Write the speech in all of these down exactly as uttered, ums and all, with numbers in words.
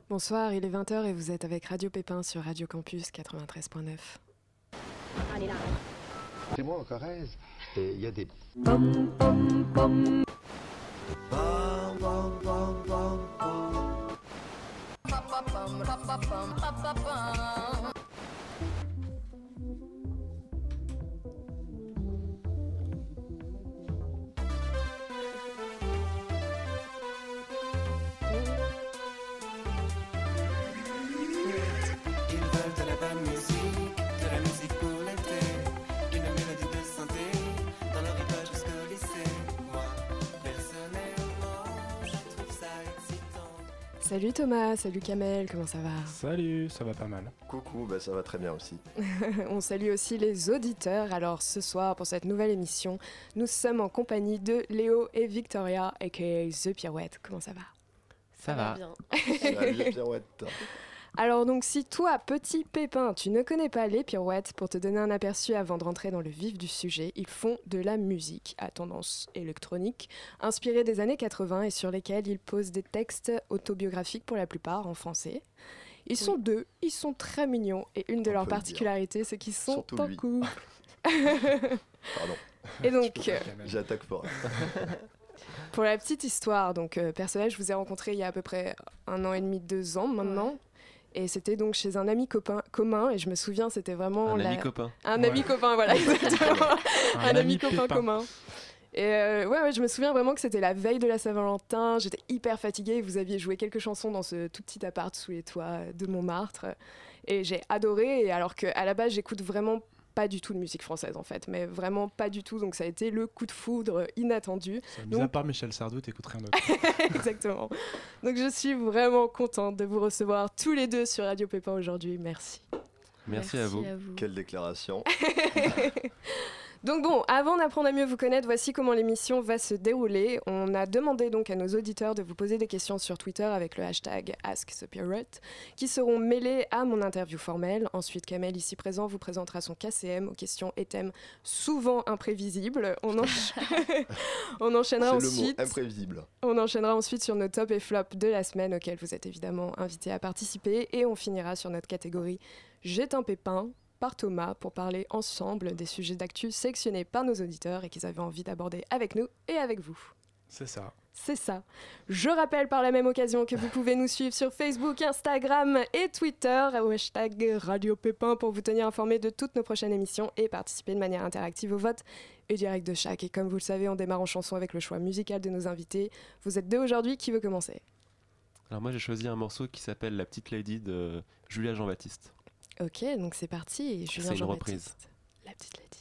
Bonsoir, il est vingt heures et vous êtes avec Radio Pépin sur Radio Campus quatre-vingt-treize point neuf. Allez là. C'est moi en Corrèze et il y a des... Pom, pom, pom. Salut Thomas, salut Kamel, comment ça va? Salut, ça va pas mal. Coucou, bah ça va très bien aussi. On salue aussi les auditeurs. Alors ce soir, pour cette nouvelle émission, nous sommes en compagnie de Léo et Victoria, aka The Pirouette. Comment ça va? Ça, ça va bien. Salut les Pirouettes. Alors donc si toi, petit pépin, tu ne connais pas les Pirouettes, pour te donner un aperçu avant de rentrer dans le vif du sujet, ils font de la musique à tendance électronique, inspirée des années quatre-vingts et sur lesquels ils posent des textes autobiographiques pour la plupart en français. Ils oui. sont deux, ils sont très mignons et une de On leurs particularités, c'est qu'ils sont Surtout en lui. couple. Pardon. Et donc... Euh, J'attaque fort. Pour la petite histoire, donc euh, personnelle, je vous ai rencontré il y a à peu près un an et demi, deux ans maintenant. Ouais. Et c'était donc chez un ami copain, commun, et je me souviens, c'était vraiment... Un la... ami copain. Un ouais. ami copain, voilà, exactement. un, un ami, ami copain pépin. commun. Et euh, ouais, ouais, je me souviens vraiment que c'était la veille de la Saint-Valentin, j'étais hyper fatiguée, vous aviez joué quelques chansons dans ce tout petit appart sous les toits de Montmartre, et j'ai adoré, et alors qu'à la base, j'écoute vraiment pas du tout de musique française en fait, mais vraiment pas du tout, donc ça a été le coup de foudre inattendu. Mis donc... à part Michel Sardou, t'écoutes rien d'autre. Exactement. Donc je suis vraiment contente de vous recevoir tous les deux sur Radio Pépin aujourd'hui, merci. Merci, Merci à, vous. à vous. Quelle déclaration. Donc bon, avant d'apprendre à mieux vous connaître, voici comment l'émission va se dérouler. On a demandé donc à nos auditeurs de vous poser des questions sur Twitter avec le hashtag AskThePirate, qui seront mêlées à mon interview formelle. Ensuite, Kamel, ici présent, vous présentera son K C M aux questions et thèmes souvent imprévisibles. On, encha... on enchaînera C'est ensuite... le mot, imprévisible. On enchaînera ensuite sur nos tops et flops de la semaine, auxquels vous êtes évidemment invités à participer. Et on finira sur notre catégorie J'ai un pépin, par Thomas, pour parler ensemble des sujets d'actu sélectionnés par nos auditeurs et qu'ils avaient envie d'aborder avec nous et avec vous. C'est ça. C'est ça. Je rappelle par la même occasion que vous pouvez nous suivre sur Facebook, Instagram et Twitter au hashtag Radio Pépin pour vous tenir informés de toutes nos prochaines émissions et participer de manière interactive au vote et direct de chaque. Et comme vous le savez, on démarre en chanson avec le choix musical de nos invités. Vous êtes deux aujourd'hui, qui veut commencer? Alors moi j'ai choisi un morceau qui s'appelle La Petite Lady de Julia Jean-Baptiste. Ok, donc c'est parti. Et Julien c'est une Jean-Baptiste. reprise. La Petite Lady.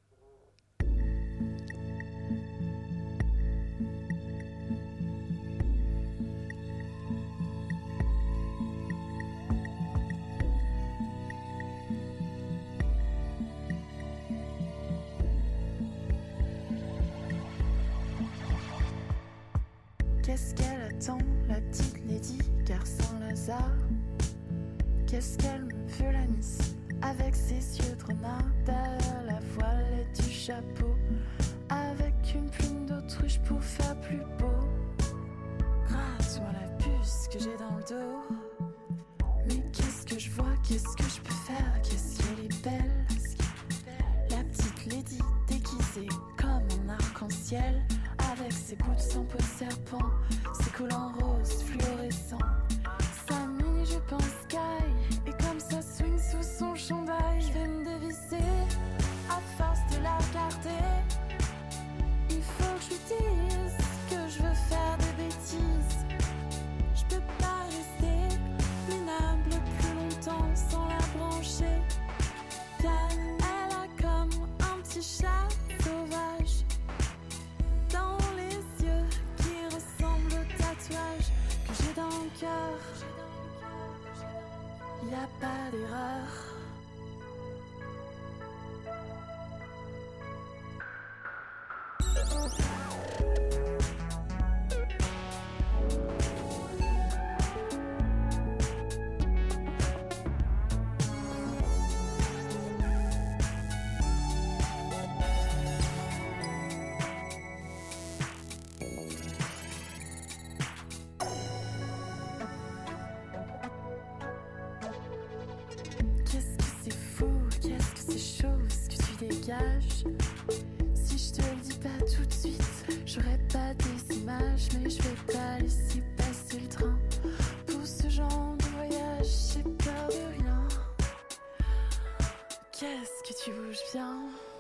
Qu'est-ce qu'elle attend, la petite lady, car Saint-Lazare? Qu'est-ce qu'elle me veut, la miss, avec ses yeux de renard derrière la voile et du chapeau, avec une plume d'autruche pour faire plus beau? Gratte-moi la puce que j'ai dans le dos. Mais qu'est-ce que je vois, qu'est-ce que je peux faire, qu'est-ce qu'elle est belle, la petite lady déguisée comme un arc-en-ciel, avec ses bouts de sang peau de serpent, ses collants roses fluorescents, sa mini-jupe en sky, et comme ça swing sous son chandail. Je vais me dévisser à force de la regarder. Il faut que je lui dise que je veux faire des bêtises. Je peux pas rester minable plus longtemps sans la brancher, car elle a comme un petit chat sauvage dans les yeux qui ressemblent au tatouage que j'ai dans le cœur. Y a pas d'erreur. maquillage. Si je te le dis pas tout de suite, j'aurais pas des images, mais je vais pas laisser passer le train. Pour ce genre de voyage, j'ai peur de rien. Qu'est-ce que tu bouges bien?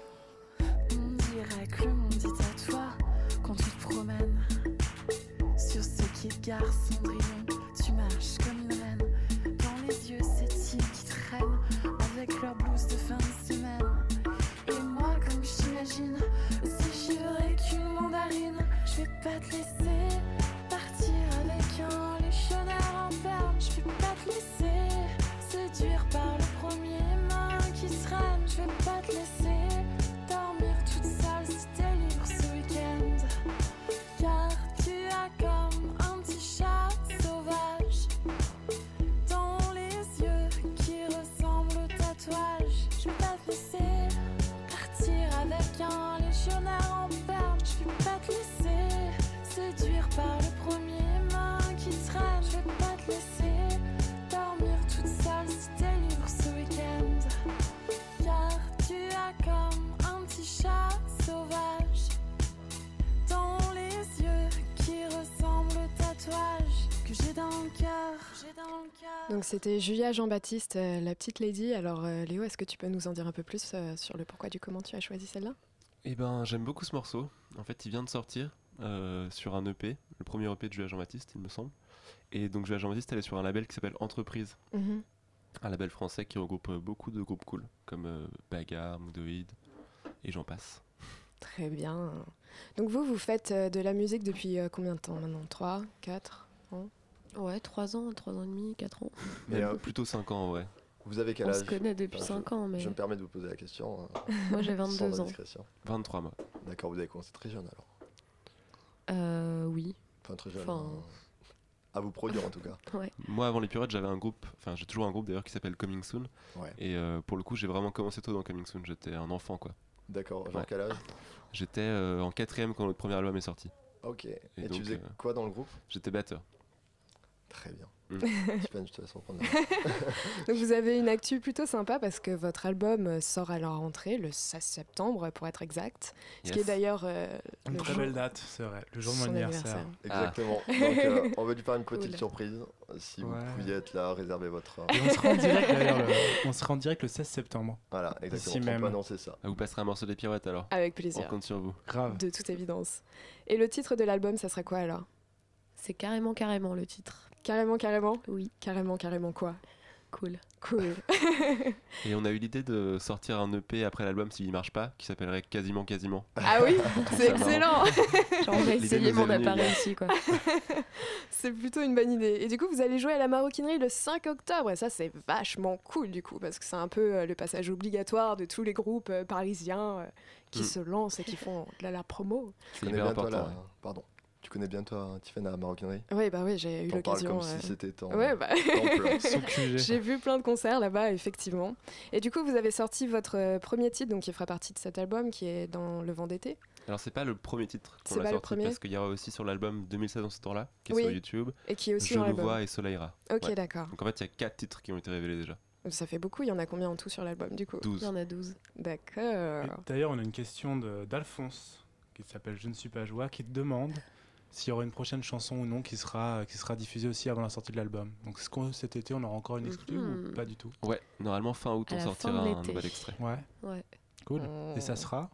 On dirait que le monde est à toi quand tu te promènes. Sur ce quai de gare Cendrillon, tu marches comme une reine. Dans les yeux, ces types qui traînent avec leur blouse de fin de semaine. Et moi, comme je t'imagine, si j'aurais qu'une mandarine, je vais pas te laisser partir avec un légionnaire en berne. Je vais pas te laisser séduire par le premier main qui traîne. Je vais pas te laisser dormir toute seule si t'es libre ce week-end. Car tu as comme un petit chat sauvage dans les yeux qui ressemblent au tatouage. Je vais pas te laisser partir avec un légionnaire en berne. Je vais pas te laisser séduire par le premier main qui traîne. Je vais pas te laisser dormir toute seule si t'es libre ce week-end. Car tu as comme un petit chat sauvage dans les yeux qui ressemblent au tatouage que j'ai dans le cœur. J'ai dans le cœur. Donc c'était Julia Jean-Baptiste, euh, la petite lady. Alors euh, Léo, est-ce que tu peux nous en dire un peu plus euh, sur le pourquoi du comment tu as choisi celle-là? Eh ben, j'aime beaucoup ce morceau. En fait, il vient de sortir euh, sur un E P, le premier E P de Julia Jean-Baptiste, il me semble. Et donc Julia Jean-Baptiste, elle est sur un label qui s'appelle Entreprise, Mhm. un label français qui regroupe euh, beaucoup de groupes cool, comme euh, Bagarre, Moodoid, et j'en passe. Très bien. Donc vous, vous faites euh, de la musique depuis euh, combien de temps maintenant? trois, quatre ans? Ouais, trois ans, trois ans et demi, quatre ans. Mais Et, euh, plutôt cinq ans en vrai. Vous avez quel On âge? se connaît depuis Enfin, je- cinq ans, mais Je me permets de vous poser la question. hein, moi j'ai sans vingt-deux ans. indiscrétion. vingt-trois mois. D'accord, vous avez commencé très jeune alors. Euh, oui. Enfin, très jeune. Enfin- hein. À vous produire en tout cas. Moi, avant les Purettes, j'avais un groupe, enfin j'ai toujours un groupe d'ailleurs qui s'appelle Coming Soon. Ouais. Et euh, pour le coup, j'ai vraiment commencé tôt dans Coming Soon. J'étais un enfant quoi. D'accord, genre Ouais. quel âge? J'étais euh, en quatrième quand notre premier album est sorti. Ok. Et, Et tu donc, faisais euh, quoi dans le groupe? J'étais batteur. Très bien. Mm. Tiffany, je te laisse reprendre. Donc vous avez une actu plutôt sympa parce que votre album euh, sort à la rentrée le seize septembre pour être exact. Ce qui est Yes. d'ailleurs euh, Une le très jour belle date, c'est vrai. Le jour de mon son anniversaire. Exactement. Donc, euh, on veut lui faire une petite Cool. surprise. Si Ouais. vous pouviez être là, réservez votre. Et on sera en direct d'ailleurs. Le... On sera en direct le seize septembre. Voilà, exactement. Ici On même. peut annoncer ça. Ah, vous passerez un morceau des Pirouettes alors. Avec On plaisir, compte sur vous. Grave. de toute évidence. Et le titre de l'album, ça serait quoi alors? C'est carrément, carrément le titre. Carrément, carrément? Oui, Carrément, carrément quoi? cool. Cool. Et on a eu l'idée de sortir un E P après l'album s'il marche pas, qui s'appellerait Quasiment Quasiment. Ah oui, c'est excellent. Genre, on va L'idée essayer, nous mais est on n'a pas venue, réussi quoi. C'est plutôt une bonne idée. Et du coup, vous allez jouer à la Maroquinerie le cinq octobre. Et ça, c'est vachement cool du coup, parce que c'est un peu euh, le passage obligatoire de tous les groupes euh, parisiens euh, qui Mm. se lancent et qui font de la, la promo. Tu C'est connais hyper bien toi important. la... ouais. Pardon. Tu connais bien toi, Tiffany, la maroquinerie? Oui, bah oui, j'ai eu T'en parles l'occasion. comme euh, si c'était ton, Ouais, bah. ton plein. Sous Q G. J'ai vu plein de concerts là-bas, effectivement. Et du coup, vous avez sorti votre euh, premier titre, donc qui fera partie de cet album, qui est dans Le Vent d'été. Alors c'est pas le premier titre C'est qu'on pas a le sorti premier parce qu'il y aura aussi sur l'album deux mille seize dans ce temps-là, qui est Oui. sur YouTube, Et qui est aussi Je dans le l'album. vois et Soleilra. Ok, Ouais. d'accord. Donc en fait il y a quatre titres qui ont été révélés déjà. Ça fait beaucoup. Il y en a combien en tout sur l'album, du coup? Il y douze. en a douze. Et D'accord. D'ailleurs, on a une question de- d'Alphonse qui s'appelle Je ne suis pas joie, qui te demande s'il y aura une prochaine chanson ou non qui sera, qui sera diffusée aussi avant la sortie de l'album. Donc est-ce que cet été on aura encore une exclue Mhm. ou pas du tout? Ouais, normalement fin août À on la fin sortira de un l'été. nouvel extrait. Ouais, Ouais. cool. Oh. Et ça sera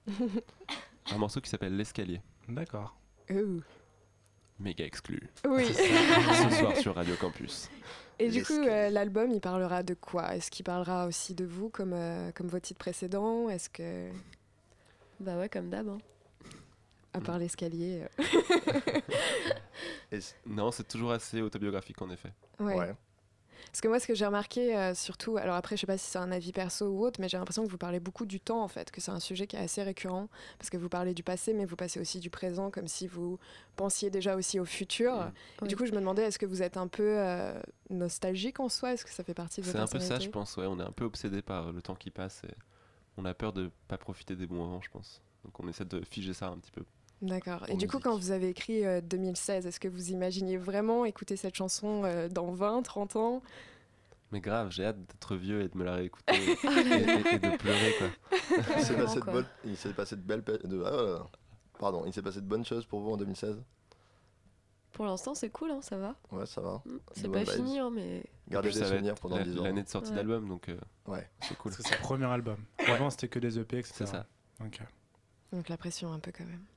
Un morceau qui s'appelle L'escalier. D'accord. Ouh. Méga exclu. Oui. Ce soir sur Radio Campus. Et du coup, L'escalier. euh, l'album, il parlera de quoi? Est-ce qu'il parlera aussi de vous, comme, euh, comme vos titres précédents? Est-ce que, Bah ouais, comme d'hab. hein. à Mm. part l'escalier... Et c- Non, c'est toujours assez autobiographique en effet. euh, ouais. ouais. Parce que moi, ce que j'ai remarqué, euh, surtout... Alors après, je sais pas si c'est un avis perso ou autre, mais j'ai l'impression que vous parlez beaucoup du temps, en fait, que c'est un sujet qui est assez récurrent, parce que vous parlez du passé, mais vous passez aussi du présent, comme si vous pensiez déjà aussi au futur. Mm. Et du Oui. coup, je me demandais, est-ce que vous êtes un peu euh, nostalgique en soi? Est-ce que ça fait partie de votre C'est un peu ça personnalité? je pense, ouais. On est un peu obsédé par le temps qui passe et on a peur de pas profiter des bons moments je pense. Donc on essaie de figer ça un petit peu. D'accord. Et en du coup, musique. quand vous avez écrit euh, deux mille seize, est-ce que vous imaginiez vraiment écouter cette chanson euh, dans vingt, trente ans? Mais grave, j'ai hâte d'être vieux et de me la réécouter et, et- et de pleurer quoi. Il s'est Vraiment, passé de quoi. bonnes- il s'est passé de belles... pe- de- ah, pardon, il s'est passé de bonnes choses pour vous en deux mille seize? Pour l'instant, c'est cool, hein, ça va. Ouais, ça va. Mm. C'est bonnes pas vibes. fini, hein, mais. Gardez En plus, des ça va souvenirs être pendant la- dix ans. l'année de sortie Ouais. d'album, donc euh, Ouais. c'est cool. C'est son premier album. Avant, c'était que des E P, et cetera. C'est ça. Ok. Donc la pression un peu quand même.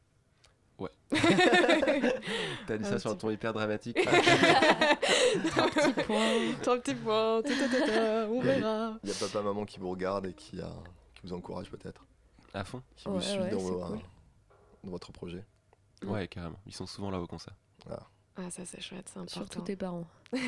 T'as dit Un ça sur un petit ton hyper dramatique. Trois petits points. Trois petits points. ta, ta, ta, ta, on verra. Il y a papa, maman qui vous regarde et qui, a... qui vous encourage peut-être, À fond. qui vous Ouais, suit ouais, dans, c'est vos- cool. dans votre projet. Mm. Ouais, carrément. Ils sont souvent là au concert. Ah, ça c'est chouette, c'est important. Surtout tes parents.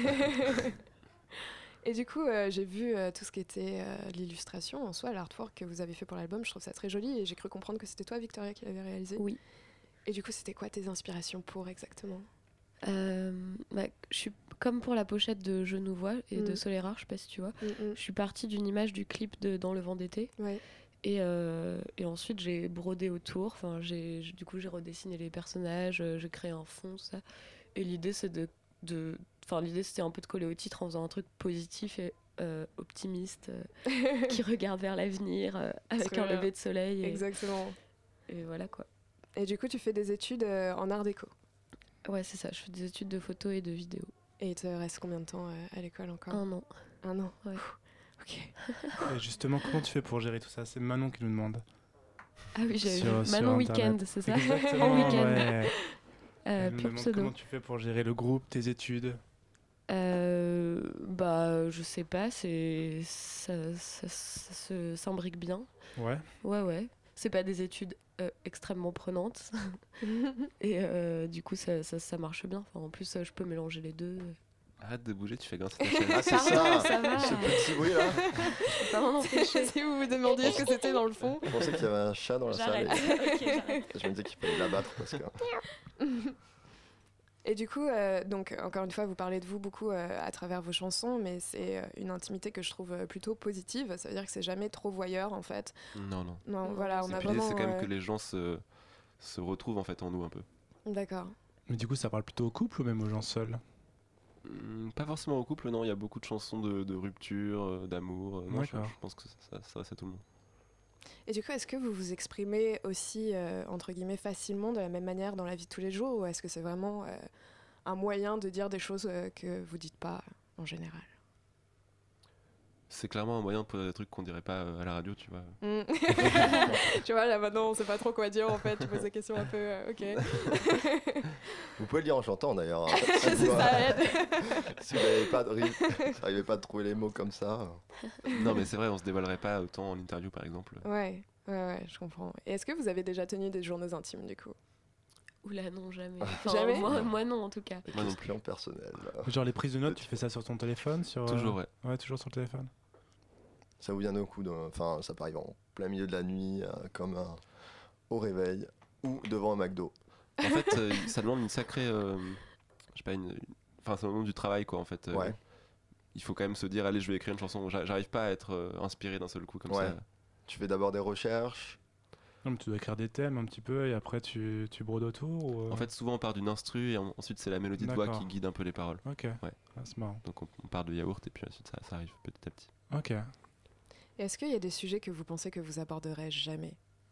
Et du coup, euh, j'ai vu euh, tout ce qui était euh, l'illustration en soi, l'artwork que vous avez fait pour l'album. Je trouve ça très joli et j'ai cru comprendre que c'était toi, Victoria, qui l'avait réalisé. Oui. Et du coup, c'était quoi tes inspirations pour exactement? Euh, bah, je suis comme pour la pochette de Je nous vois et de Mm. Soleil Rare, je sais pas si tu vois. Mm, mm. Je suis partie d'une image du clip de Dans le vent d'été. Ouais. Et, euh, et ensuite, j'ai brodé autour. Enfin, j'ai, j'- du coup, j'ai redessiné les personnages, euh, j'ai créé un fond, tout ça. Et l'idée, c'est de, de, enfin, l'idée, c'était un peu de coller au titre en faisant un truc positif et euh, optimiste, euh, qui regarde vers l'avenir, euh, avec Trop un bien. lever de soleil. Et, Exactement. et voilà quoi. Et du coup, tu fais des études euh, en art déco. Ouais, c'est ça. Je fais des études de photo et de vidéo. Et il te reste combien de temps euh, à l'école encore? Un an. Un an. Ouais. Ok. Et justement, comment tu fais pour gérer tout ça? C'est Manon qui nous demande. Ah oui, j'avais Sur- vu. sur Manon Internet. Weekend, c'est ça? Exactement, En week-end. ouais. Euh, Elle nous pur demande pseudo. comment tu fais pour gérer le groupe, tes études. Euh, bah, je sais pas, c'est ça, ça, ça se s'imbrique bien. Ouais. Ouais, ouais. C'est pas des études euh, extrêmement prenantes. Et euh, du coup, ça, ça, ça marche bien. Enfin, en plus, euh, je peux mélanger les deux. Arrête de bouger, tu fais grincer ta chaise. Ah, c'est Pardon, ça, ça va. ce petit bruit là. Faut pas m'en empêcher. Si vous vous demandiez ce que c'était dans le fond. Je pensais qu'il y avait un chat dans la salle. J'arrête. et- Ok, j'arrête. Je me disais qu'il fallait l'abattre parce que. Et du coup, euh, donc encore une fois, vous parlez de vous beaucoup euh, à travers vos chansons, mais c'est euh, une intimité que je trouve euh, plutôt positive. Ça veut dire que c'est jamais trop voyeur en fait. Non, non. Non, Non, voilà, on Et a puis l'idée, vraiment. c'est quand même euh, que les gens se, se retrouvent en fait en nous un peu. D'accord. Mais du coup, ça parle plutôt au couple ou même aux gens seuls? Hmm, Pas forcément au couple, non. Il y a beaucoup de chansons de, de rupture, euh, d'amour. euh, non, je, D'accord. je pense que ça, ça, ça reste à tout le monde. Et du coup, est-ce que vous vous exprimez aussi euh, entre guillemets facilement de la même manière dans la vie de tous les jours, ou est-ce que c'est vraiment euh, un moyen de dire des choses euh, que vous dites pas euh, en général? C'est clairement un moyen de poser des trucs qu'on dirait pas euh, à la radio, tu vois. Mm. Tu vois, là maintenant, on sait pas trop quoi dire en fait. Tu poses des questions un peu. euh, ok. Vous pouvez le dire en chantant d'ailleurs. hein. Si vous, ça euh, aide. Si vous n'arrivez pas, de ri- si vous n'arrivez pas à trouver les mots comme ça. Non, mais c'est vrai, on se dévoilerait pas autant en interview par exemple. Ouais, ouais, ouais, je comprends. Et est-ce que vous avez déjà tenu des journaux intimes du coup? Oula, non, jamais. Enfin, Jamais moi, moi, non, en tout cas. Des Moi non questions personnelles. Genre les prises de notes, tu fais ça sur ton téléphone sur, euh, Toujours, ouais. Ouais, toujours sur le téléphone. Ça vous vient d'un coup, de- enfin ça peut arriver en plein milieu de la nuit, euh, comme euh, au réveil ou devant un McDo. En fait, euh, ça demande une sacrée. euh, je sais pas, une. une- Enfin, ça demande du travail quoi en fait. Euh, Ouais. Il faut quand même se dire, allez, je vais écrire une chanson. J'a- J'arrive pas à être euh, inspiré d'un seul coup comme Ouais. ça. Tu fais d'abord des recherches. Non, mais tu dois écrire des thèmes un petit peu et après tu, tu brodes autour ou, euh, En fait, souvent on part d'une instru et en- ensuite c'est la mélodie de voix D'accord. qui guide un peu les paroles. Ok, Ouais. Ah, c'est marrant. Donc on, on part de yaourt et puis ensuite ça, ça arrive petit à petit. Ok. Et est-ce qu'il y a des sujets que vous pensez que vous aborderez jamais?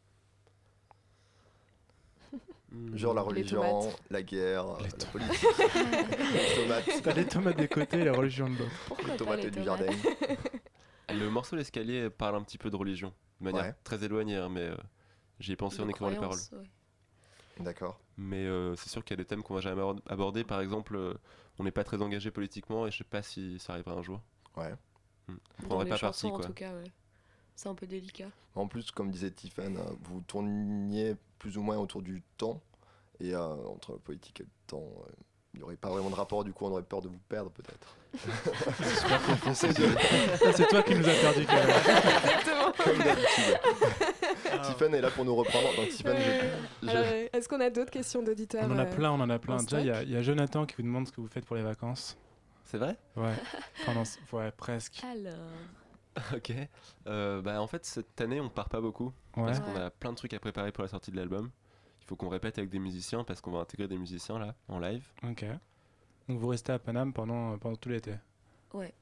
Genre la Les religion, tomates. la guerre, Les la tomates. politique, les tomates, T'as les tomates des côtés et la religion de l'autre. Pourquoi les pas tomates les et du tomates jardin. Le morceau L'escalier parle un petit peu de religion, de manière Ouais. très éloignée, hein, mais euh, j'y ai pensé en De écrivant les paroles. croyances, ouais. D'accord. Mais euh, c'est sûr qu'il y a des thèmes qu'on va jamais abord- aborder. Par exemple, euh, on n'est pas très engagé politiquement et je sais pas si ça arrivera un jour. Ouais. Hmm. On Dans prendrait les pas chansons, parti en quoi. tout cas, ouais. C'est un peu délicat. En plus, comme disait Tiffen, euh, vous tourniez plus ou moins autour du temps. Et euh, entre le politique et le temps, euh, il n'y aurait pas vraiment de rapport. Du coup, on aurait peur de vous perdre peut-être. Ça, c'est toi qui nous as perdu quand même. Exactement. Comme d'habitude. Ah. Tiffen est là pour nous reprendre. Donc Tiffen, je- je- Alors, euh, est-ce qu'on a d'autres questions d'auditeurs? On en a euh, plein, on en a plein. en Déjà, il y, a- stock. il y a Jonathan qui vous demande ce que vous faites pour les vacances. C'est vrai? Ouais. Enfin, non, c- ouais, presque. Alors. Ok. Euh, bah, en fait, cette année, on part pas beaucoup. Ouais. Parce qu'on a plein de trucs à préparer pour la sortie de l'album. Il faut qu'on répète avec des musiciens parce qu'on va intégrer des musiciens là, en live. Ok. Donc vous restez à Paname pendant, pendant tout l'été. Ouais.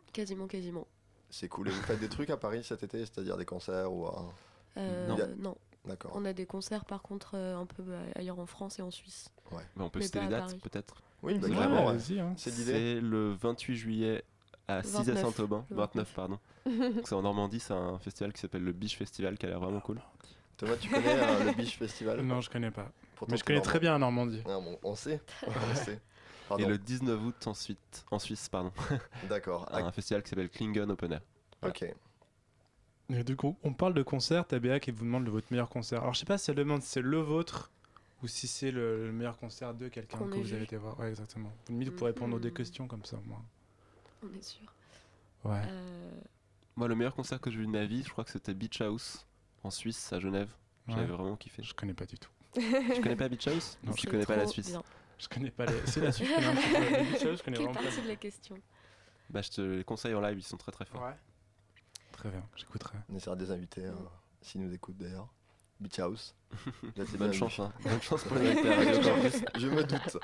Quasiment, quasiment. C'est cool. Et vous faites des trucs à Paris cet été, c'est-à-dire des concerts ou à... Euh, Non. non. D'accord. On a des concerts par contre euh, un peu ailleurs en France et en Suisse. Ouais. Mais on peut Mais citer pas les à dates Paris. peut-être. Oui, bah, C'est carrément, vraiment, ouais. vas-y, hein. C'est l'idée. C'est le vingt-huit juillet à Cizay vingt-neuf, Saint-Aubin. le vingt-neuf, pardon. Donc c'est en Normandie, c'est un festival qui s'appelle le Biche Festival qui a l'air vraiment cool. Thomas, tu connais euh, le Biche Festival? Non, je connais pas. Pourtant, Mais je t'es connais normand. très bien la Normandie. Ah, bon, on sait. On sait. Pardon. Et le dix-neuf août ensuite, en Suisse, pardon, D'accord. un festival qui s'appelle Klingen Open Air. Ok. Et du coup, on parle de concert, t'as Béa qui vous demande de votre meilleur concert. Alors je sais pas si elle demande si c'est le vôtre ou si c'est le, le meilleur concert de quelqu'un Qu'on que ait vous vu. avez été voir. Ouais, exactement. Limite, vous pourrez répondre des Mhm. questions comme ça, moi. On est sûr. Ouais. Euh, Moi, le meilleur concert que j'ai vu de ma vie, je crois que c'était Beach House en Suisse, à Genève. J'avais Ouais. vraiment kiffé. Je connais pas du tout. Tu connais pas Beach House? Non, Tu c'est connais pas la trop Suisse? bien. Je connais pas les. C'est la Suisse, je connais un petit peu. Les Beach House, je connais Quelle vraiment pas. partie de la question? Bah, je te les conseille en live, ils sont très très forts. Ouais. Très bien, j'écouterai. On essaiera de les inviter, euh, s'ils nous écoutent d'ailleurs. Beach House. Vous êtes les Bonne bienvenus. chance, hein. Bonne chance pour les invités à Radio Campus. Je me doute.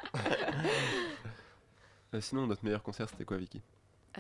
Euh, sinon, notre meilleur concert, c'était quoi, Vicky? Euh,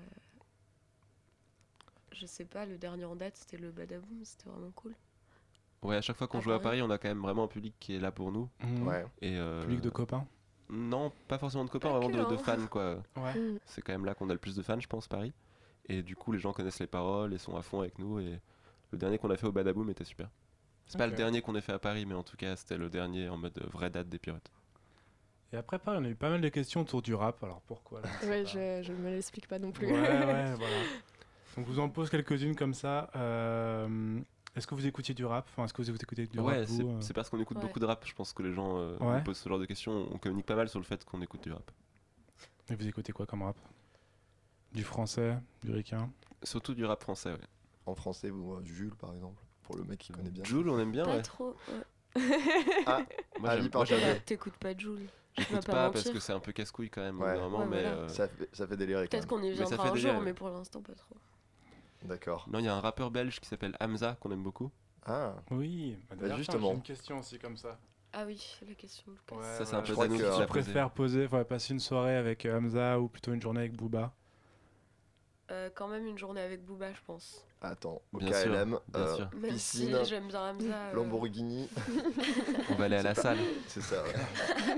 Je sais pas, le dernier en date c'était le Badaboom, c'était vraiment cool. Ouais, à chaque fois qu'on À joue à Paris. Paris, on a quand même vraiment un public qui est là pour nous. Mhm. Ouais. Et euh, Public de copains. Non, pas forcément de copains, Pas vraiment que, de, de hein. fans, quoi. Ouais. Mm. C'est quand même là qu'on a le plus de fans, je pense, Paris. Et du coup, les gens connaissent les paroles et sont à fond avec nous. Et le dernier qu'on a fait au Badaboom était super. C'est pas Ok. le dernier qu'on ait fait à Paris, mais en tout cas, c'était le dernier en mode euh, vraie date des Pirates. Et après, pareil, on a eu pas mal de questions autour du rap. Alors pourquoi là, sais Ouais, pas. je, je me l'explique pas non plus. Ouais, ouais, voilà. Donc, je vous en pose quelques-unes comme ça. Euh, Est-ce que vous écoutiez du rap? Enfin, est-ce que vous écoutez du Ouais, rap c'est vous, euh c'est parce qu'on écoute Ouais. beaucoup de rap. Je pense que les gens euh, Ouais. nous posent ce genre de questions. On communique pas mal sur le fait qu'on écoute du rap. Et vous écoutez quoi comme rap? Du français, du ricain? Surtout du rap français, ouais. En français, vous, euh, Jules par exemple, pour le mec qui connaît bien. Jul, on aime bien, Pas ouais. trop. ouais. Ah, Moi, avis j'aime- moi, partagé. j'aime- Bah, T'écoutes pas Jul. Je vais j'écoute pas pas parce mentir. que c'est un peu casse-couille quand même, Ouais. normalement, Ouais, mais. voilà. euh, ça fait, ça fait délirer quand Peut-être même. qu'on y Mais ça viendra fait un déjà, jour, ouais. mais pour l'instant pas trop. D'accord. Non, il y a un rappeur belge qui s'appelle Hamza qu'on aime beaucoup. Ah, Oui, bah, d'ailleurs, tiens, justement. j'ai une question aussi comme ça. Ah oui, la question de Lucas. Ouais, Ça, c'est un voilà. peu Je crois Zanou que, qui euh, l'a Tu posé. préfères poser, enfin, passer une soirée avec euh, Hamza ou plutôt une journée avec Booba? Euh, quand même une journée avec Booba, je pense. attends, au Bien K L M, sûr, bien euh, sûr. Même piscine, si j'aime bien Hamza. euh, Lamborghini, On va aller à la salle. c'est ça. Ouais.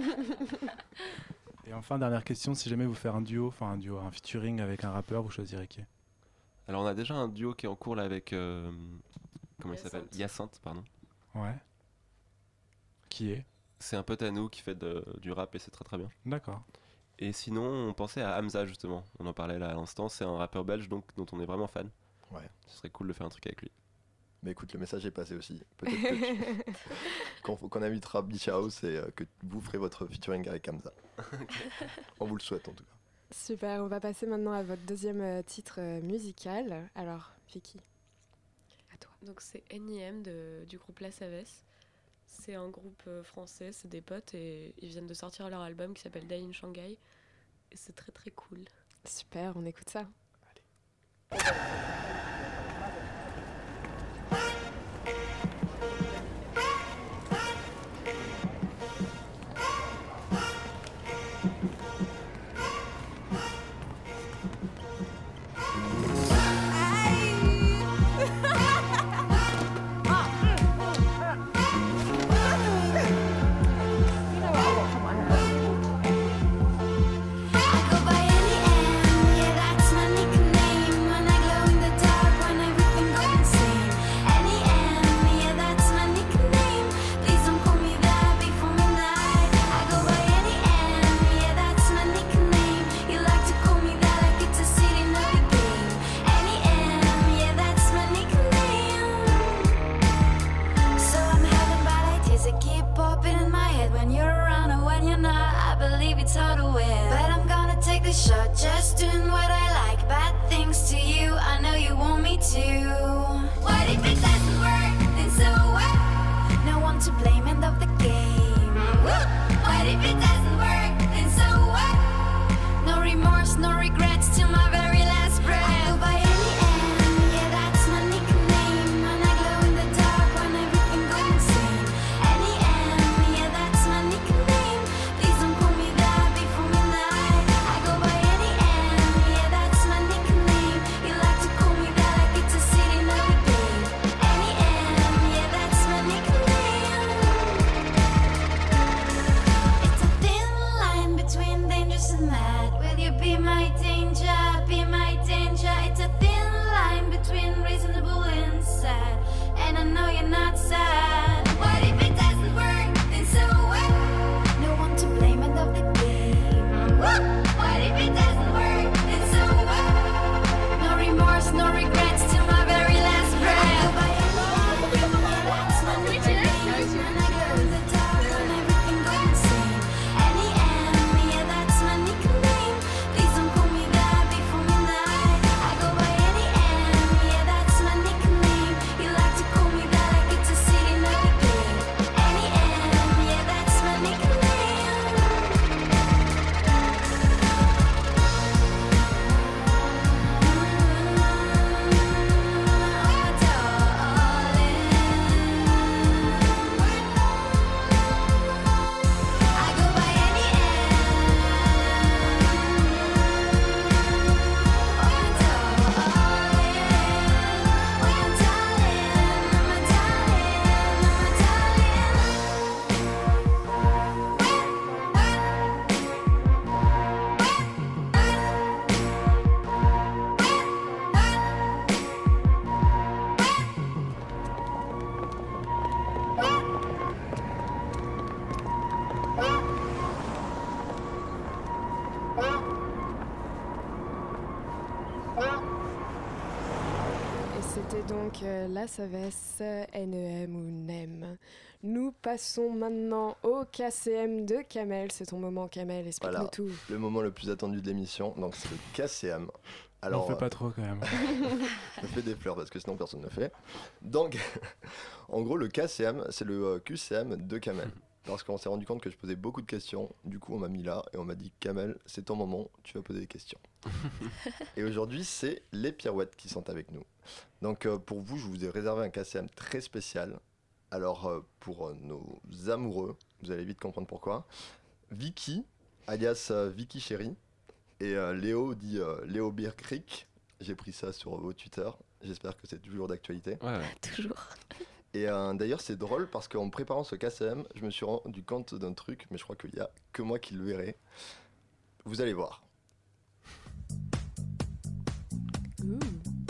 Et enfin, dernière question, si jamais vous faites un duo, enfin un duo, un featuring avec un rappeur, vous choisirez qui? Alors, on a déjà un duo qui est en cours là avec. euh, comment il s'appelle? Hyacinthe. Hyacinthe, pardon. Ouais. Qui est? C'est un pote à nous qui fait de- du rap et c'est très très bien. D'accord. Et sinon, on pensait à Hamza justement. On en parlait là à l'instant. C'est un rappeur belge donc dont on est vraiment fan. Ouais. Ce serait cool de faire un truc avec lui. Mais écoute, le message est passé aussi. Peut-être que tu- qu'on qu'on invitera Beach House et euh, que vous ferez votre featuring avec Hamza. On vous le souhaite en tout cas. Super, on va passer maintenant à votre deuxième euh, titre euh, musical. Alors, Vicky, à toi. Donc c'est N I M de, du groupe La Savesse. C'est un groupe euh, français, c'est des potes et ils viennent de sortir leur album qui s'appelle Die in Shanghai. Et c'est très très cool. Super, on écoute ça. I go by N E M, yeah, that's my nickname. When I glow in the dark, when everything goes insane. N E M, yeah, that's my nickname. Please don't call me that before midnight. I go by N E M, yeah, that's my nickname. You like to call me that like it's a I know you're not sad. What if it doesn't work? Then so what? No one to blame, I love the game. What if it doesn't work? Then so what? No remorse, no regrets till my very last breath. I go by anyone, that's my nickname. When I go in the dark, when everything goes insane. Any M, yeah, that's my nickname. Please don't call me that before midnight. I go by any M, yeah, that's my nickname. You like to call me that, I get to sit in every game. Any M, yeah, that's my nickname. I go by any Et c'était donc euh, La Savesse, N E M ou N E M. Nous passons maintenant au K C M de Kamel. C'est ton moment, Kamel, explique-nous Voilà. tout. Le moment le plus attendu de l'émission, donc c'est le K C M. Alors, on fait euh, pas trop quand même. je fais des fleurs parce que sinon personne ne le fait. Donc, en gros, le K C M, c'est le euh, Q C M de Kamel. Parce qu'on s'est rendu compte que je posais beaucoup de questions. Du coup, on m'a mis là et on m'a dit Kamel, c'est ton moment, tu vas poser des questions. Et aujourd'hui, c'est les Pirouettes qui sont avec nous. Donc, euh, pour vous, je vous ai réservé un K C M très spécial. Alors, euh, pour euh, nos amoureux, vous allez vite comprendre pourquoi. Vicky, alias euh, Vicky Chérie, et euh, Léo dit euh, Léo Beer Creek. J'ai pris ça sur vos Twitter. J'espère que c'est toujours d'actualité. Ouais, ouais. Toujours. Et euh, d'ailleurs, c'est drôle parce qu'en préparant ce K C M, je me suis rendu compte d'un truc, mais je crois qu'il n'y a que moi qui le verrai. Vous allez voir. Ouh.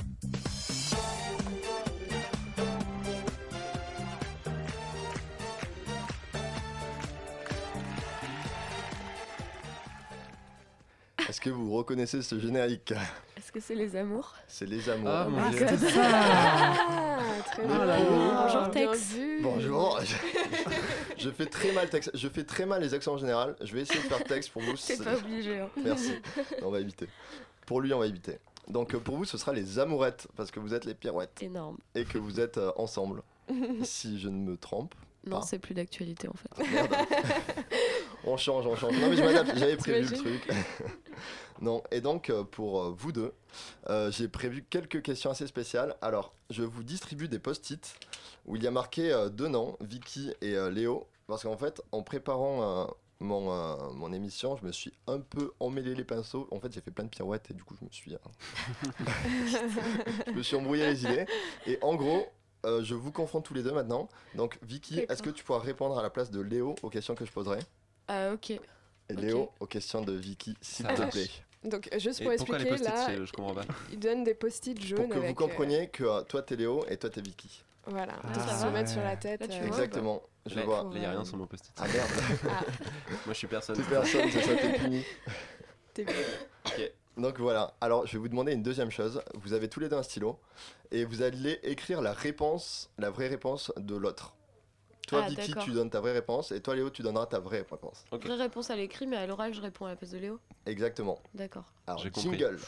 Est-ce que vous reconnaissez ce générique? Est-ce que c'est les amours? C'est Les Amours. Ah, mon Ah, Dieu. c'est Ah, très Oh bien. là là. Bonjour, Bien Tex. vu. Bonjour. Je fais très mal Tex. Je fais très mal les accents en général. Je vais essayer de faire Tex pour vous. C'est pas obligé. Hein. Merci. On va éviter. Pour lui, on va éviter. Donc euh, pour vous, ce sera les amourettes parce que vous êtes les Pirouettes Énorme. et que vous êtes euh, ensemble. Si je ne me trompe. Non, Ah. c'est plus d'actualité en fait. Merde. On change, on change. Non mais je m'adapte, j'avais prévu le T'imagines truc. Non, et donc euh, pour euh, vous deux, euh, j'ai prévu quelques questions assez spéciales. Alors, je vous distribue des post-it où il y a marqué euh, deux noms, Vicky et euh, Léo. Parce qu'en fait, en préparant euh, mon, euh, mon émission, je me suis un peu emmêlé les pinceaux. En fait, j'ai fait plein de pirouettes et du coup, je me suis, euh, je me suis embrouillé les idées. Et en gros, euh, je vous confronte tous les deux maintenant. Donc, Vicky, D'accord. est-ce que tu pourras répondre à la place de Léo aux questions que je poserai? Ah, ok. Et Ok. Léo, aux questions de Vicky, s'il Ça te marche. plaît. Donc, juste Et pour pourquoi les expliquer, post-it, là, je, je comprends pas. il donne des post-it jaunes Pour que avec, vous compreniez que euh, toi t'es Léo et toi t'es Vicky. euh, voilà, Ah, pour se va. mettre sur la ouais. tête. Là, tu euh, vois, Exactement, je Là, vois. là, il y a rien sur mon post-it. Ah merde, Ah, Moi, je suis personne. t'es personne, c'est ça, t'es puni. t'es bien. Ok. Donc voilà, alors je vais vous demander une deuxième chose. Vous avez tous les deux un stylo et vous allez écrire la réponse, la vraie réponse de l'autre. Toi Ah, Vicky, d'accord. tu donnes ta vraie réponse et toi Léo, tu donneras ta vraie réponse. Ok. Vraie réponse à l'écrit, mais à l'oral, je réponds à la place de Léo. Exactement. D'accord. Alors J'ai compris. jingle.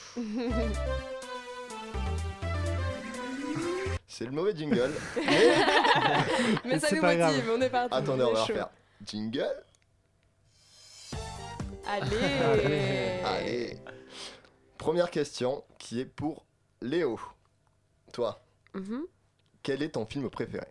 C'est le mauvais jingle. Mais Mais ça C'est nous pas grave. motive, on est parti. attendez, on est va chaud. refaire. Jingle. Allez. Allez. Première question qui est pour Léo. Toi, Mhm. quel est ton film préféré?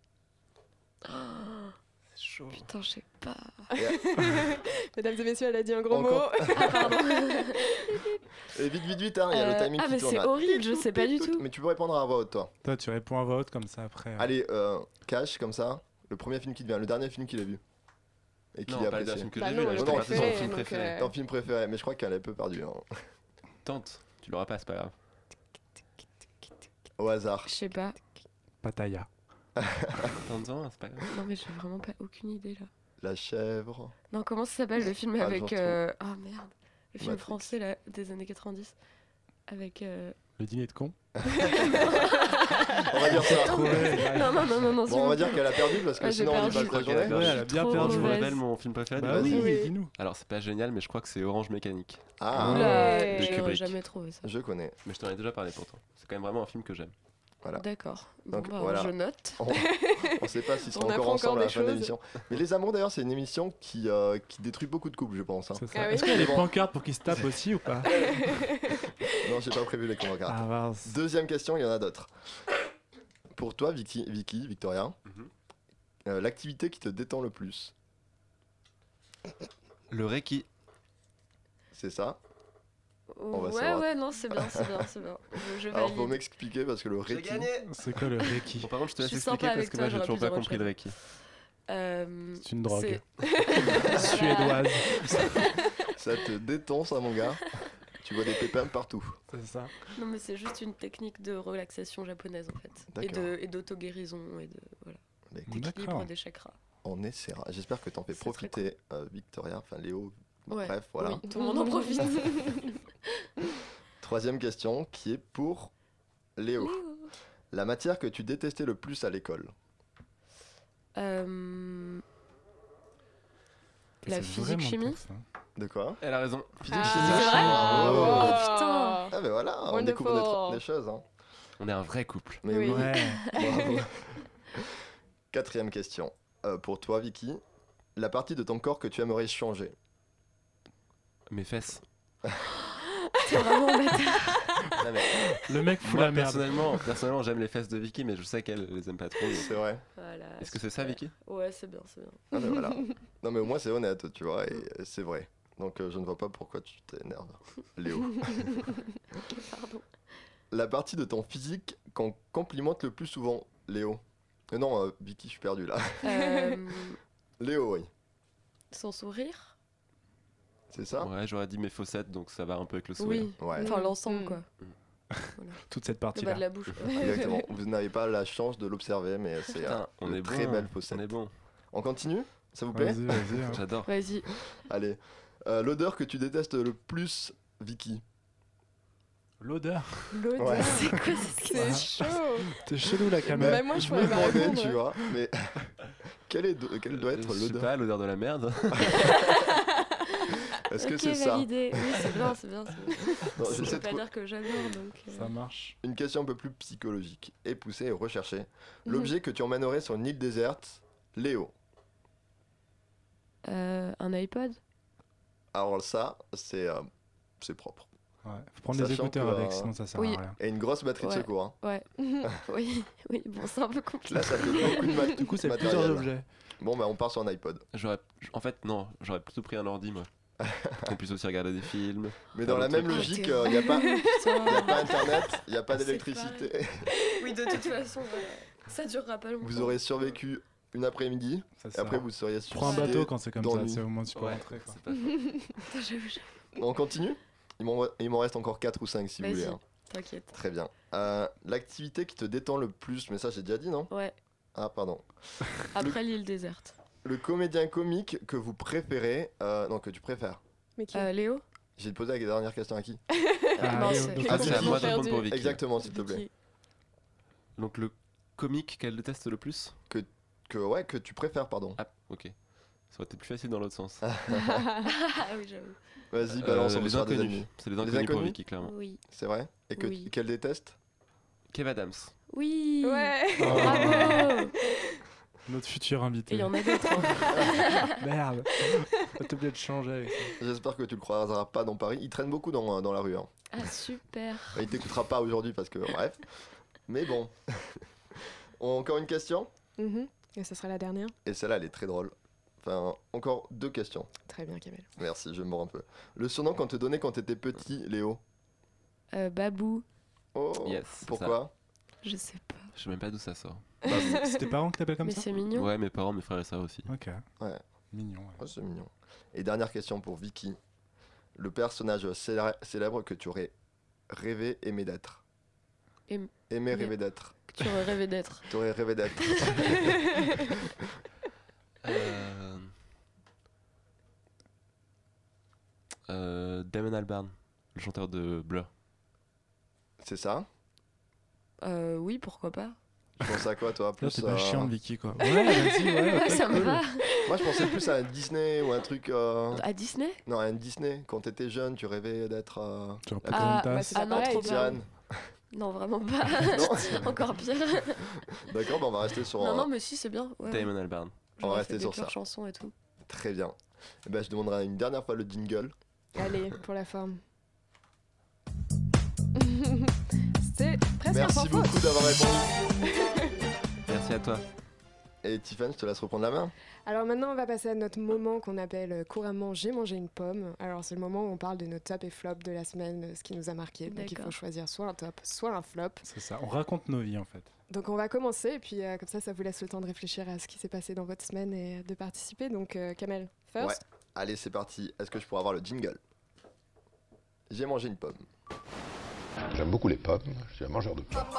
C'est chaud. Putain, je sais pas. Mesdames et messieurs, elle a dit un gros On mot. compte. Ah, pardon. Et vite, vite, vite, hein, il y a le Euh, timing ah, qui mais tourne. c'est là. horrible, je sais pas du tout. Mais tu peux répondre à voix haute, toi. Toi, tu réponds à voix haute comme ça après. euh. Allez, euh, cache comme ça, le premier film qui te vient, le dernier film qu'il a vu. Et qu'il Non, a pas le apprécié. film que Bah j'ai non, vu, là, le je non, te préféré, raconte son film donc, préféré. euh, Ton film préféré, mais je crois qu'elle est un peu perdue. Hein. Tente, tu l'auras pas, c'est pas grave. Au hasard. Je sais pas. Pattaya. Tente-en, c'est pas grave. Non, mais j'ai vraiment pas aucune idée là. La chèvre. Non, comment ça s'appelle le film Ah, avec. je euh, Oh merde. Le film Matrix. français là, des années quatre-vingt-dix. Avec. euh, Le dîner de con. On va dire ça. Non, non, non, non, non. s'il Bon, on vous va dire plaît. qu'elle a perdu parce que Ouais, j'ai sinon on perdu. y passe la Je crois journée. qu'elle a Ouais, elle a bien Trop perdu. Je vous mauvaise. révèle mon film préféré. Bah Vas-y. oui, Oui. dis-nous. Alors c'est pas génial, mais je crois que c'est Orange Mécanique. Ah, Oula, Ouais. De j'aurais Kubrick. jamais trouvé ça. je connais. Mais je t'en ai déjà parlé pourtant. C'est quand même vraiment un film que j'aime. Voilà. D'accord. Bon, Donc, bah, voilà. je note. On ne sait pas s'ils seront On encore apprend ensemble à la encore fin de des l'émission. Mais Les Amours, d'ailleurs, c'est une émission qui, euh, qui détruit beaucoup de couples, je pense. hein. C'est ça. Ah oui. Est-ce qu'il y a des Bon. pancartes pour qu'ils se tapent aussi ou pas? Non, j'ai pas prévu les convaincre. Ah, mince. Deuxième question, il y en a d'autres. Pour toi, Vicky, Vicky Victoria, Mhm. euh, l'activité qui te détend le plus, Le Reiki. c'est ça? va Ouais, savoir. ouais, non, c'est bien, c'est bien, c'est bien. Je, je Alors, faut valide. m'expliquer parce que le Reiki, C'est quoi le Reiki? Bon, par contre, je te Je laisse suis expliquer sympa parce avec que toi, moi j'ai j'aurais toujours pu pas dire autre compris le Reiki. Euh, C'est une drogue. c'est- Suédoise. ça te détend, ça, mon gars. Tu vois des pépins partout. C'est ça. Non, mais c'est juste une technique de relaxation japonaise en fait. Et D'accord. de- et d'auto-guérison et de voilà, Mais d'équilibre D'accord. des chakras. on essaiera. J'espère que t'en fais C'est très profiter, euh, Victoria, enfin Léo. Ouais. Bref, voilà. Oui, tout le monde en profite. Troisième question qui est pour Léo. La matière que tu détestais le plus à l'école. Euh, La C'est physique vraiment chimie. pour ça. De quoi? Elle a raison. Physique Ah, chimie. c'est vrai Bravo. Oh, putain. Ah ben voilà, on Wonderful. découvre des, tro- des choses. Hein. On est un vrai couple. Mais Oui. oui. Ouais. Bravo. Quatrième question. Euh, pour toi, Vicky, la partie de ton corps que tu aimerais changer. Mes fesses. C'est vraiment bête. Non, mais Le mec fout moi, la merde. personnellement, personnellement j'aime les fesses de Vicky, mais je sais qu'elle les aime pas trop. donc- C'est vrai. Voilà, Est-ce que c'est ça, super. Vicky? Ouais, c'est bien, c'est bien. Ah ben voilà. Non mais au moins c'est honnête, tu vois, et euh, c'est vrai. Donc euh, je ne vois pas pourquoi tu t'énerves, Léo. Pardon. La partie de ton physique qu'on complimente le plus souvent, Léo. Euh, non, euh, Vicky, je suis perdu là. Euh, Léo, oui. Son sourire. C'est ça? Ouais, j'aurais dit mes fossettes, donc ça va un peu avec le sourire. Oui. Ouais. Enfin l'ensemble Mm. quoi. Toute cette Le bas partie-là. de la bouche. quoi. Exactement. Vous n'avez pas la chance de l'observer, mais c'est euh, Putain, on une est très bon. belle fossette. On est bon. On continue? Ça vous plaît? Vas-y, vas-y. hein. J'adore. Vas-y. Allez. Euh, L'odeur que tu détestes le plus, Vicky. L'odeur. L'odeur. Ouais. C'est quoi cette C'est question chaud. T'es chelou la Mais caméra. Bah, moi, je je me pourrais pas demandais, répondre. tu vois, mais quelle, est de- quelle doit être Je sais l'odeur? pas, l'odeur de la merde. Est-ce que Ok, c'est ça? validé. Oui, c'est bien, c'est bien. c'est bien. Non, Je j'essaie peux de pas trou- dire que j'adore donc. euh, Ça marche. Une question un peu plus psychologique et poussée et recherchée. Mhm. L'objet que tu emmènerais sur une île déserte, Léo. euh, un iPod. Alors ça, c'est euh, c'est propre. Ouais. Faut prendre des Sachant écouteurs que, avec, euh, sinon ça sert oui. à rien. Et une grosse batterie de Ouais. secours. hein. Ouais. oui, oui. Bon, c'est un peu compliqué. Là, ça fait beaucoup de mat- Du coup, c'est matériel. plusieurs objets. Bon, bah on part sur un iPod. J'aurais, en fait, non, j'aurais plutôt pris un ordi, moi. On puisse aussi regarder des films. Mais Faire dans la le même truc. logique, Oh, il n'y a, pas- y a Putain. pas Internet, il n'y a pas C'est d'électricité. Oui, de toute façon, voilà. Ça durera pas longtemps. Vous aurez survécu une après-midi, Ça et sert. après vous seriez Prends un suicidé bateau quand c'est comme ça, d'ennui. c'est au moins tu peux Ouais, rentrer. quoi. c'est pas faux. J'avoue, j'avoue. On continue? Il m'en il m'en reste encore quatre ou cinq si vous voulez. Vas-y, hein. t'inquiète. Très bien. Euh, L'activité qui te détend le plus, mais ça j'ai déjà dit, non? Ouais. Ah, pardon. Après l'île déserte. Le comédien comique que vous préférez, euh, non, que tu préfères. Mais qui Euh, Léo. J'ai posé la dernière question à qui? Ah, Non, Léo, c'est- donc Ah, toi, c'est tu- à moi de répondre perdu. pour Vicky. Exactement, s'il te plaît. Vicky. Donc le comique qu'elle déteste le plus? Que, ouais, que tu préfères, pardon. Ah, ok. Ça aurait été plus facile dans l'autre sens. Ah oui, j'avoue. Vas-y, Euh, balance, on veut les se faire des inconnus. amis. C'est les inconnus pour inconnus Vicky, clairement. Oui. C'est vrai? Et que Oui. qu'elle déteste? Kev Adams. Oui. Ouais. Oh, Bravo. notre futur Et invité. il y en a d'autres. hein. Merde. T'as oublié de changer avec ça. J'espère que tu le croiseras pas dans Paris. Il traîne beaucoup dans, dans la rue. Hein. Ah, super. Il t'écoutera pas aujourd'hui parce que, bref. Mais bon. Encore une question? Mhm. Et ça sera la dernière. Et celle-là, elle est très drôle. Enfin, encore deux questions. Très bien, Kamel. Merci, je me mords un peu. Le surnom qu'on te donnait quand t'étais petit, Léo? Euh, Babou. Oh, Yes, c'est pourquoi? Je sais pas. Je sais même pas d'où ça sort. C'est tes parents qui t'appellent comme Mais ça? c'est mignon. Ouais, mes parents, mes frères et sœurs aussi. Ok. Ouais. Mignon. ouais. Oh, c'est mignon. Et dernière question pour Vicky. Le personnage célè- célèbre que tu aurais rêvé aimer d'être? Aim- Aimer, Mais- rêver d'être. que tu aurais rêvé d'être. T'aurais rêvé d'être. Euh... euh, Damon Albarn, le chanteur de Blur. C'est ça? Euh, oui, pourquoi pas. Tu penses à quoi, toi? Là, Plus c'est pas euh, chiant de Vicky, quoi. Ouais, vas-y, ouais. Ouais, ok, ça me cool. va. Moi, je pensais plus à un Disney ou un truc. euh, À Disney Non, à un Disney. Quand t'étais jeune, tu rêvais d'être. euh, Genre Ah, Pocahontas. bah, c'est Ah pas non, pareil, trop quoi. bien. Tiran. Non, vraiment pas. Non. Encore pire. D'accord, bah on va rester sur. Non, un- non, mais si, c'est bien. Ouais. Damon Albarn. On va J'aurais rester fait des sur pures ça. chansons et tout. Très bien. Eh ben, je demanderai une dernière fois le jingle. Allez, pour la forme. C'était presque un Merci sans beaucoup faute. d'avoir répondu. Merci à toi. Et Tiffany, je te laisse reprendre la main. Alors maintenant, on va passer à notre moment qu'on appelle euh, couramment J'ai mangé une pomme. Alors c'est le moment où on parle de nos top et flop de la semaine, euh, ce qui nous a marqué. Donc il faut D'accord. choisir soit un top, soit un flop. C'est ça, on raconte nos vies en fait. Donc on va commencer et puis euh, comme ça, ça vous laisse le temps de réfléchir à ce qui s'est passé dans votre semaine et de participer. Donc euh, Kamel, first. Ouais. Allez, c'est parti. Est-ce que je pourrais avoir le jingle? J'ai mangé une pomme. J'aime beaucoup les pommes, je suis un mangeur de pommes.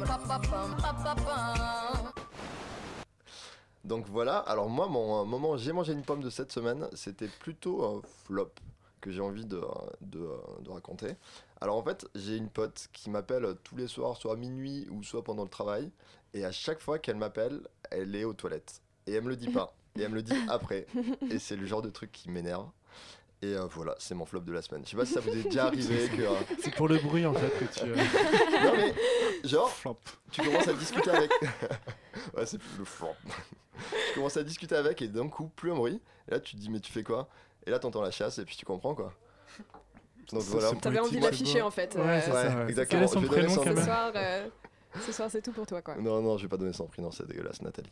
Donc voilà, alors moi, mon euh, moment j'ai mangé une pomme de cette semaine, c'était plutôt un flop que j'ai envie de, de, de raconter. Alors en fait, j'ai une pote qui m'appelle tous les soirs, soit à minuit ou soit pendant le travail, et à chaque fois qu'elle m'appelle, elle est aux toilettes. Et elle me le dit pas, et elle me le dit après. Et c'est le genre de truc qui m'énerve. Et euh, voilà, c'est mon flop de la semaine. Je sais pas si ça vous est déjà arrivé que... euh, C'est pour le bruit en fait que tu. euh, Non mais, genre, flop. tu commences à discuter avec. Ouais, c'est le flop. Tu commences à discuter avec et d'un coup, plus un bruit. Et là, tu te dis, mais tu fais quoi? Et là, t'entends la chasse et puis tu comprends quoi. Donc Ça, voilà. c'est T'avais envie de poétique, l'afficher c'est en fait. Ouais, euh, c'est Ouais, ça. Ouais. exactement. Quel est son Je vais donner prénom, son- ce Kamel? soir, euh, ce soir c'est tout pour toi quoi. Non, non, je vais pas donner son prénom, c'est dégueulasse, Nathalie.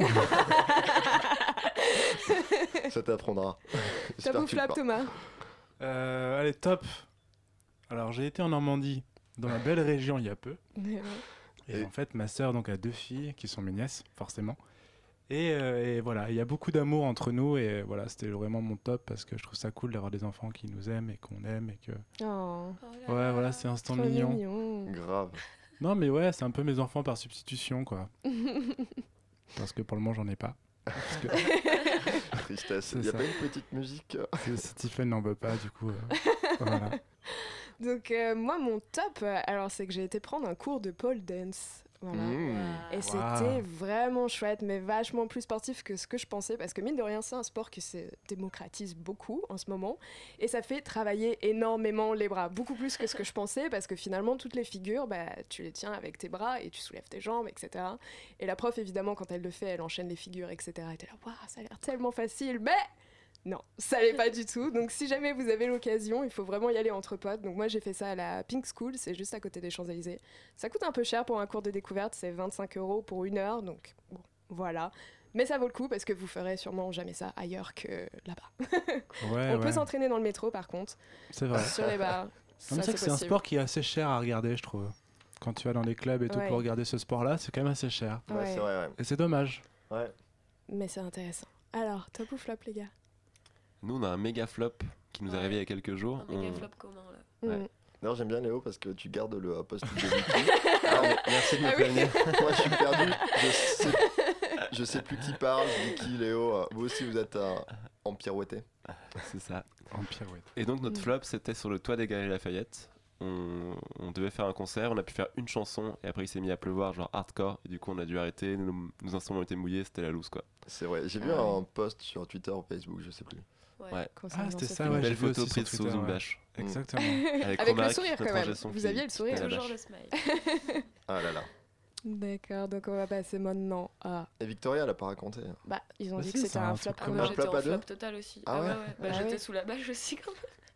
Ça t'apprendra. J'espère Top ou que tu le flop feras. Thomas? Euh, allez, top. Alors, j'ai été en Normandie, dans la belle région, il y a peu. Et Et- en fait, ma sœur donc a deux filles qui sont mes nièces, forcément. Et, euh, et voilà, il y a beaucoup d'amour entre nous. Et voilà, c'était vraiment mon top parce que je trouve ça cool d'avoir des enfants qui nous aiment et qu'on aime. Et que... Oh, Ouais, voilà, c'est un instant trop mignon. mignon. Grave. Non, mais ouais, c'est un peu mes enfants par substitution, quoi. Parce que pour le moment, j'en ai pas. Parce que Tristesse. C'est Il y a ça. pas une petite musique euh, si- si Tiffen n'en veut pas, du coup. euh, voilà. Donc euh, moi mon top, euh, alors c'est que j'ai été prendre un cours de pole dance. Voilà. mmh. Et Wow. c'était vraiment chouette, mais vachement plus sportif que ce que je pensais, parce que mine de rien, c'est un sport qui se démocratise beaucoup en ce moment, et ça fait travailler énormément les bras, beaucoup plus que ce que je pensais, parce que finalement, toutes les figures, bah, tu les tiens avec tes bras et tu soulèves tes jambes, et cetera. Et la prof, évidemment, quand elle le fait, elle enchaîne les figures, et cetera. Et t'es là, waouh, ça a l'air tellement facile, mais... Non, ça l'est pas du tout. Donc si jamais vous avez l'occasion, il faut vraiment y aller entre potes. Donc moi j'ai fait ça à la Pink School, c'est juste à côté des Champs-Élysées. Ça coûte un peu cher pour un cours de découverte, c'est vingt-cinq euros pour une heure, donc bon, voilà. Mais ça vaut le coup parce que vous ferez sûrement jamais ça ailleurs que là-bas. Ouais, On peut ouais. s'entraîner dans le métro par contre, C'est vrai. sur les bars. Non, Ça, mais c'est vrai que c'est un possible. sport qui est assez cher à regarder, je trouve. Quand tu vas dans les clubs et tout Ouais. pour regarder ce sport-là, c'est quand même assez cher. Ouais, Ouais. c'est vrai, ouais. Et c'est dommage. Ouais. Mais c'est intéressant. Alors, top ou flop les gars? Nous, on a un méga flop qui nous est Ouais. arrivé il y a quelques jours. Un méga On- flop commun là. Ouais. Mm. D'ailleurs, j'aime bien Léo parce que tu gardes le euh, post-it de Vicky. Ah, mais merci de me Ah oui. prévenir. Moi, je suis perdu. Je sais, je sais plus qui parle. Vicky, Léo. euh, Vous aussi, vous êtes euh, en pirouetté. C'est ça. En pirouette. Et donc notre Mm. flop, c'était sur le toit des Galeries Lafayette. On, on devait faire un concert, on a pu faire une chanson et après il s'est mis à pleuvoir, genre hardcore. Et du coup on a dû arrêter, nos, nos instruments étaient mouillés, c'était la loose quoi. C'est vrai. J'ai vu Ah un post sur Twitter ou Facebook, je sais plus. Ouais. Concernant Ah, c'était ce ça, film. ouais, j'ai Belle vu photo aussi sur prise sous Twitter, une ouais. bâche. Exactement. Avec, Avec le Romaric, sourire, quand notre même. ingé son Vous qui- aviez le qui sourire. tenait la Toujours bâche. le smile. Ah là là. D'accord, donc on va passer maintenant à... Et Victoria, elle a pas raconté. Bah, ils ont Bah dit si, que c'était c'est un un flop truc Ah, commun. moi Un j'étais flop en à deux flop total aussi. Ah Ah, ouais, ouais ouais. Bah, Ah j'étais ouais. sous la bâche aussi quand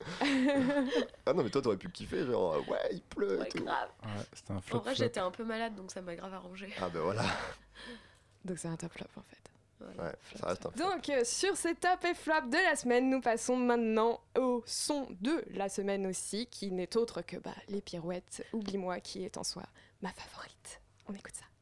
même. Ah non, mais toi, t'aurais pu kiffer, genre, euh, ouais, il pleut Ouais, et tout. grave. Ouais, c'était un flop. En vrai, flop. j'étais un peu malade donc ça m'a grave arrangé. Ah ben voilà. Donc c'est un top flop en fait. Voilà. Ouais, ça reste un flop. Donc euh, sur ces top et flop de la semaine, nous passons maintenant au son de la semaine aussi, qui n'est autre que bah, les pirouettes, Oublie-moi, qui est en soi ma favorite. On écoute ça.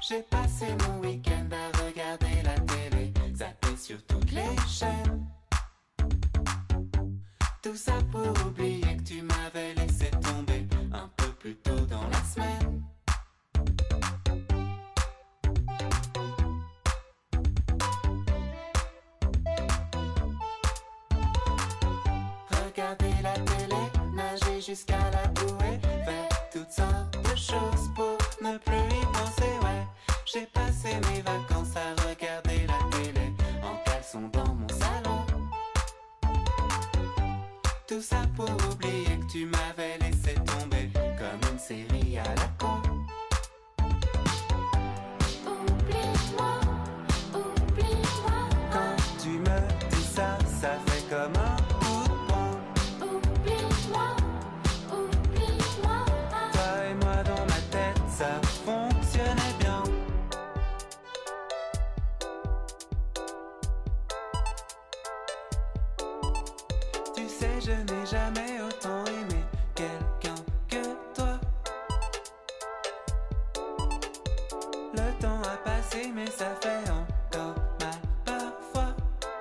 J'ai passé mon week-end à regarder la télé, zapper sur toutes les chaînes. Tout ça pour oublier que tu m'avais laissé tomber un peu plus tôt dans la semaine. Regarder la télé, nager jusqu'à la bouée, faire toutes sortes de choses pour ne plus y penser, ouais. J'ai passé mes vacances à regarder la télé en caleçon dans mon salon. Tout ça pour oublier que tu m'avais laissé tomber comme une série à la con. Oublie-moi, oublie-moi. Quand tu me dis ça, ça fait comme un coup de poing. Oublie-moi, oublie-moi. Toi et moi dans ma tête, ça fonctionnait bien. Tu sais, je n'ai jamais autant aimé quelqu'un que toi. Le temps a passé, mais ça fait encore mal parfois.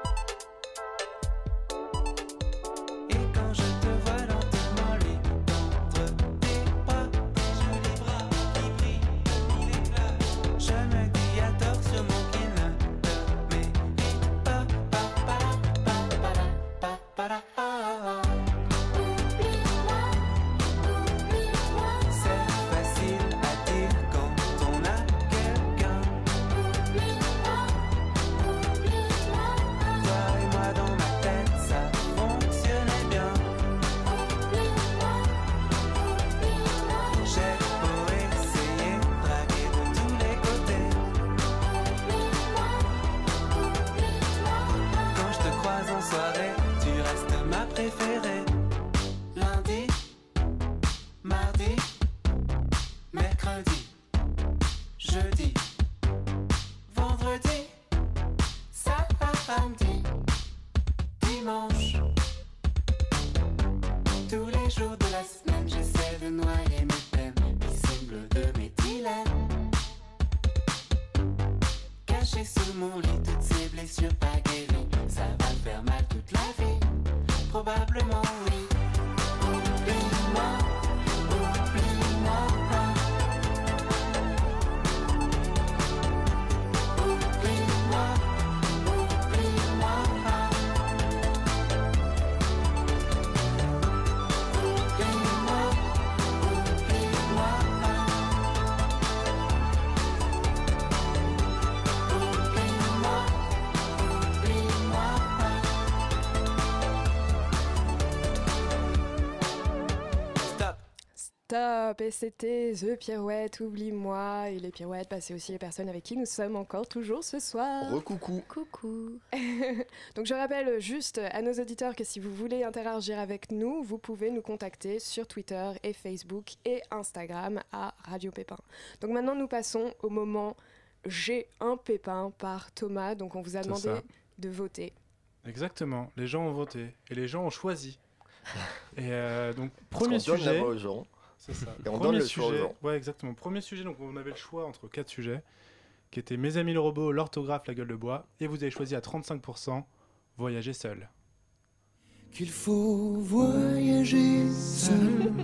Et quand je te vois lentement lui tendre tes bras, tes jolis bras qui brillent de mille éclats, je me dis à tort sûrement qu'il ne te mérite pas. Pa, pa, pa, pa, la, pa, pa, la, ah, ah. Oublie-moi, oublie-moi. C'est facile à dire quand on a quelqu'un. Oublie-moi, oublie-moi. Toi et moi dans ma tête, ça fonctionnait bien. Oublie-moi, oublie-moi. J'ai beau essayer de draguer de tous les côtés. Oublie-moi, oublie-moi. Quand je te croise en soirée, tu restes ma préférée. Lundi, mardi, mercredi, jeudi, vendredi, samedi, dimanche. Tous les jours de la semaine, j'essaie de noyer mes peines, piscine bleue de méthylène. Caché sous mon lit, toutes ces blessures pas guéries, ça va me faire mal toute la vie. Probablement oui. Oublie-moi, oublie-moi. Oublie-moi, oublie-moi. Oublie-moi, oublie-moi. Oublie-moi, oublie-moi. Stop. Stop, et c'était The Pirouette, oublie-moi. Et les pirouettes, bah, c'est aussi les personnes avec qui nous sommes encore toujours ce soir. Recoucou. Coucou. Donc je rappelle juste à nos auditeurs que si vous voulez interagir avec nous, vous pouvez nous contacter sur Twitter et Facebook et Instagram à Radio Pépin. Donc maintenant nous passons au moment J'ai un pépin par Thomas. Donc on vous a C'est demandé ça. de voter. Exactement, les gens ont voté et les gens ont choisi. Et euh, donc, Parce premier qu'on donne la sujet. voix aux gens. C'est ça. Et on Premier donne le choix aux sujet- gens. Ouais, exactement. Premier sujet, donc on avait le choix entre quatre sujets, qui étaient Mes amis le robot, l'orthographe, la gueule de bois, et vous avez choisi à trente-cinq pour cent Voyager seul. Qu'il faut voyager seul,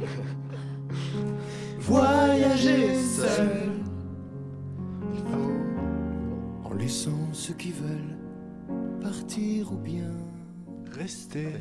voyager seul, il faut en laissant ceux qui veulent partir ou bien Restez.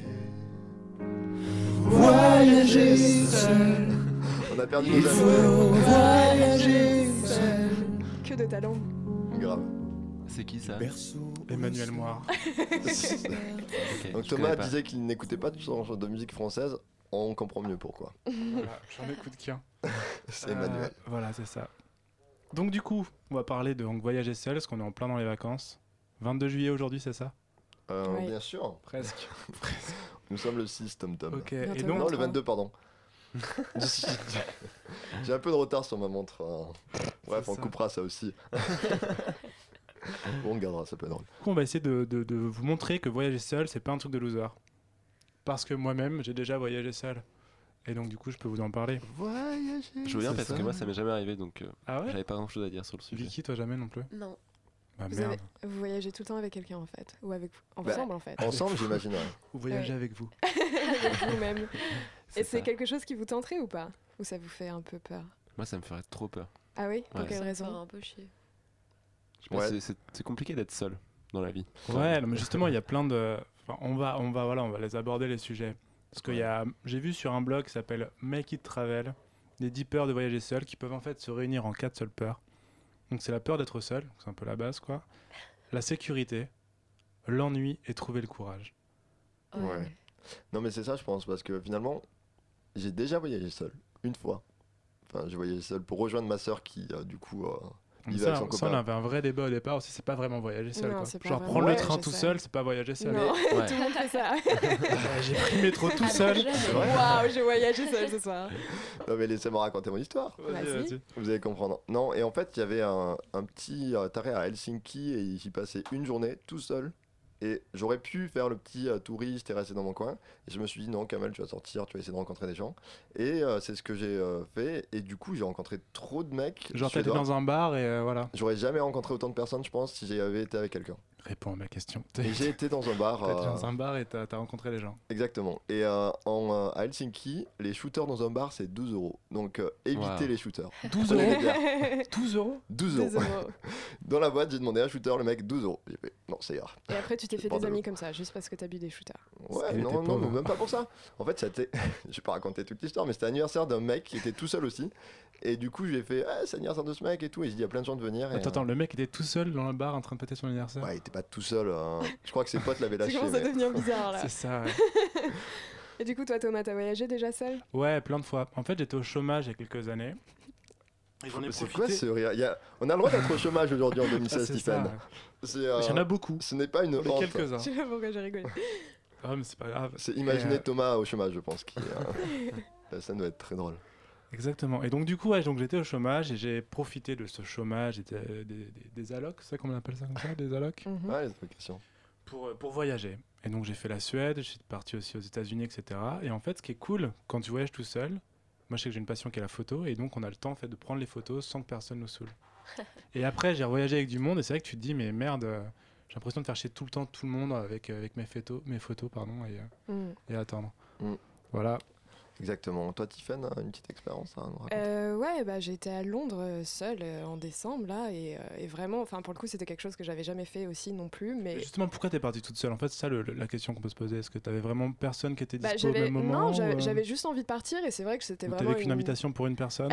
voyager seul, On a perdu il nos faut amis. voyager seul. Que de talent. Grave. C'est qui ça? Berceau au Emmanuel Moir. Ok, Donc je Thomas connais pas. disait qu'il n'écoutait pas de genre de musique française. On comprend mieux pourquoi. Voilà, j'en écoute qu'un. C'est Euh, Emmanuel. Voilà, c'est ça. Donc du coup, on va parler de donc, voyager seul, parce qu'on est en plein dans les vacances. vingt-deux juillet aujourd'hui, c'est ça? Euh, Ouais. Bien sûr. Presque. Nous sommes le six, Tom Tom. Ok, et Bientôt donc, Non, le vingt-trois. vingt-deux, pardon. J'ai un peu de retard sur ma montre. hein. Bref, C'est on ça. coupera ça aussi. Bon, on gardera, ça peut être drôle. du coup, on va essayer de, de- de vous montrer que voyager seul, c'est pas un truc de loser. Parce que moi-même, j'ai déjà voyagé seul. Et donc, du coup, je peux vous en parler. Voyager. Je veux bien c'est parce ça. que moi ça m'est jamais arrivé donc euh, Ah ouais j'avais pas grand chose à dire sur le sujet. Vicky, toi jamais non plus? Non. Bah Vous, merde. avez- vous voyagez tout le temps avec quelqu'un en fait, ou avec vous, Bah, ensemble en fait, Ensemble, j'imagine. ouais. Ou voyager Ouais. avec vous. avec vous-même. C'est Et c'est ça. quelque chose qui vous tenterait ou pas? Ou ça vous fait un peu peur? Moi ça me ferait trop peur. Ah oui? Pour Ouais. quelle Ça me raison? ferait un peu chier. Je sais pas, Ouais. c'est- c'est c'est compliqué d'être seul dans la vie. Ouais, non, mais justement, il y a plein de. Enfin, on va, on va, voilà, on va les aborder les sujets. Parce que Ouais. il y a, j'ai vu sur un blog qui s'appelle Make It Travel des dix peurs de voyager seul qui peuvent en fait se réunir en quatre seules peurs. Donc c'est la peur d'être seul, c'est un peu la base quoi. La sécurité, l'ennui et trouver le courage. Ouais. Non, mais c'est ça, je pense, parce que finalement, j'ai déjà voyagé seul, une fois. Enfin, j'ai voyagé seul pour rejoindre ma sœur qui, euh, du coup, euh, Donc vivait ça, avec son ça, on copain. avait un vrai débat au départ aussi, c'est pas vraiment voyager seul. Non, quoi. c'est pas Genre vraiment prendre le voyager train tout seul. seul, c'est pas voyager seul. Non, Ouais. tout le monde fait ça. Bah, j'ai pris le métro tout seul. Waouh, j'ai voyagé seul ce soir. Non, mais laissez-moi raconter mon histoire. Vas-y. Vas-y, vas-y. Vous allez comprendre. Non, et en fait, il y avait un, un petit euh, taré à Helsinki et j'y passais une journée tout seul. Et j'aurais pu faire le petit euh, touriste et rester dans mon coin. Et je me suis dit, non, Kamel, tu vas sortir, tu vas essayer de rencontrer des gens. Et euh, c'est ce que j'ai euh, fait. Et du coup, j'ai rencontré trop de mecs. Genre t'étais suédois. dans un bar et euh, voilà. J'aurais jamais rencontré autant de personnes, je pense, si j'avais été avec quelqu'un. Réponds à ma question. Et j'ai été dans un bar. T'es euh, dans un bar et t'as t'as rencontré les gens. Exactement. Et euh, en, euh, à Helsinki, les shooters dans un bar, c'est douze euros. Donc euh, évitez Wow. les shooters. douze Prenez euros des bières. douze euros douze Deux euros. euros. Dans la boîte, j'ai demandé un shooter, le mec, douze euros. J'ai fait, non, c'est grave. Et après, tu t'es C'est fait des bordel. amis comme ça, juste parce que t'as bu des shooters. Ouais, Elle non, était non, pauvre. mais même pas pour ça. En fait, c'était. Je vais pas raconter toute l'histoire, mais c'était l'anniversaire d'un mec qui était tout seul aussi. Et du coup, j'ai fait, ah, c'est l'anniversaire de ce mec et tout. Et j'ai dit, il y a plein de gens de venir. Et, Attends, attends, le mec était tout seul dans le bar en train de péter son anniversaire. euh, Ouais, il était pas tout seul. hein. Je crois que ses potes l'avaient Ça lâché. commence à mais- devenir bizarre là. C'est ça, ouais. Et du coup, toi, Thomas, t'as voyagé déjà seul? Ouais, plein de fois. En fait, j'étais au chômage il y a quelques années. Et j'en ai C'est profité. quoi ce rire Il y a... On a le droit d'être au chômage aujourd'hui en Ah, deux mille seize, c'est ça, Stephen. ouais. C'est, euh, Il y en a beaucoup. Ce n'est pas une Mais honte. quelques-uns. Je sais pas pourquoi j'ai rigolé. Ah, mais c'est pas grave. C'est imaginer Et, euh, Thomas au chômage, je pense. Qui, euh, ça doit être très drôle. Exactement. Et donc, du coup, ouais, donc j'étais au chômage et j'ai profité de ce chômage et des, des, des, des allocs, c'est ça qu'on appelle ça comme ça, des allocs, Mhm. Ouais, c'est une question. pour, euh, pour voyager. Et donc, j'ai fait la Suède, je suis parti aussi aux États-Unis, et cetera. Et en fait, ce qui est cool quand tu voyages tout seul, moi, je sais que j'ai une passion qui est la photo, et donc on a le temps en fait, de prendre les photos sans que personne nous saoule. Et après, j'ai voyagé avec du monde, et c'est vrai que tu te dis, mais merde, euh, j'ai l'impression de faire chier tout le temps tout le monde avec, euh, avec mes photos, mes photos pardon, et, euh, Mm. et attendre. Mm. Voilà. Exactement. Toi, Tiffen, une petite expérience à nous raconter? Euh, ouais, bah, j'ai été à Londres euh, seule euh, en décembre là et, euh, et vraiment, enfin pour le coup c'était quelque chose que j'avais jamais fait aussi non plus, mais Et justement, pourquoi t'es partie toute seule? En fait, c'est ça le- le- la question qu'on peut se poser. Est-ce que t'avais vraiment personne qui était bah, dispo au j'avais même moment non, j'avais ou, euh, j'avais juste envie de partir et c'est vrai que c'était ou vraiment t'avais qu'une une- invitation pour une personne?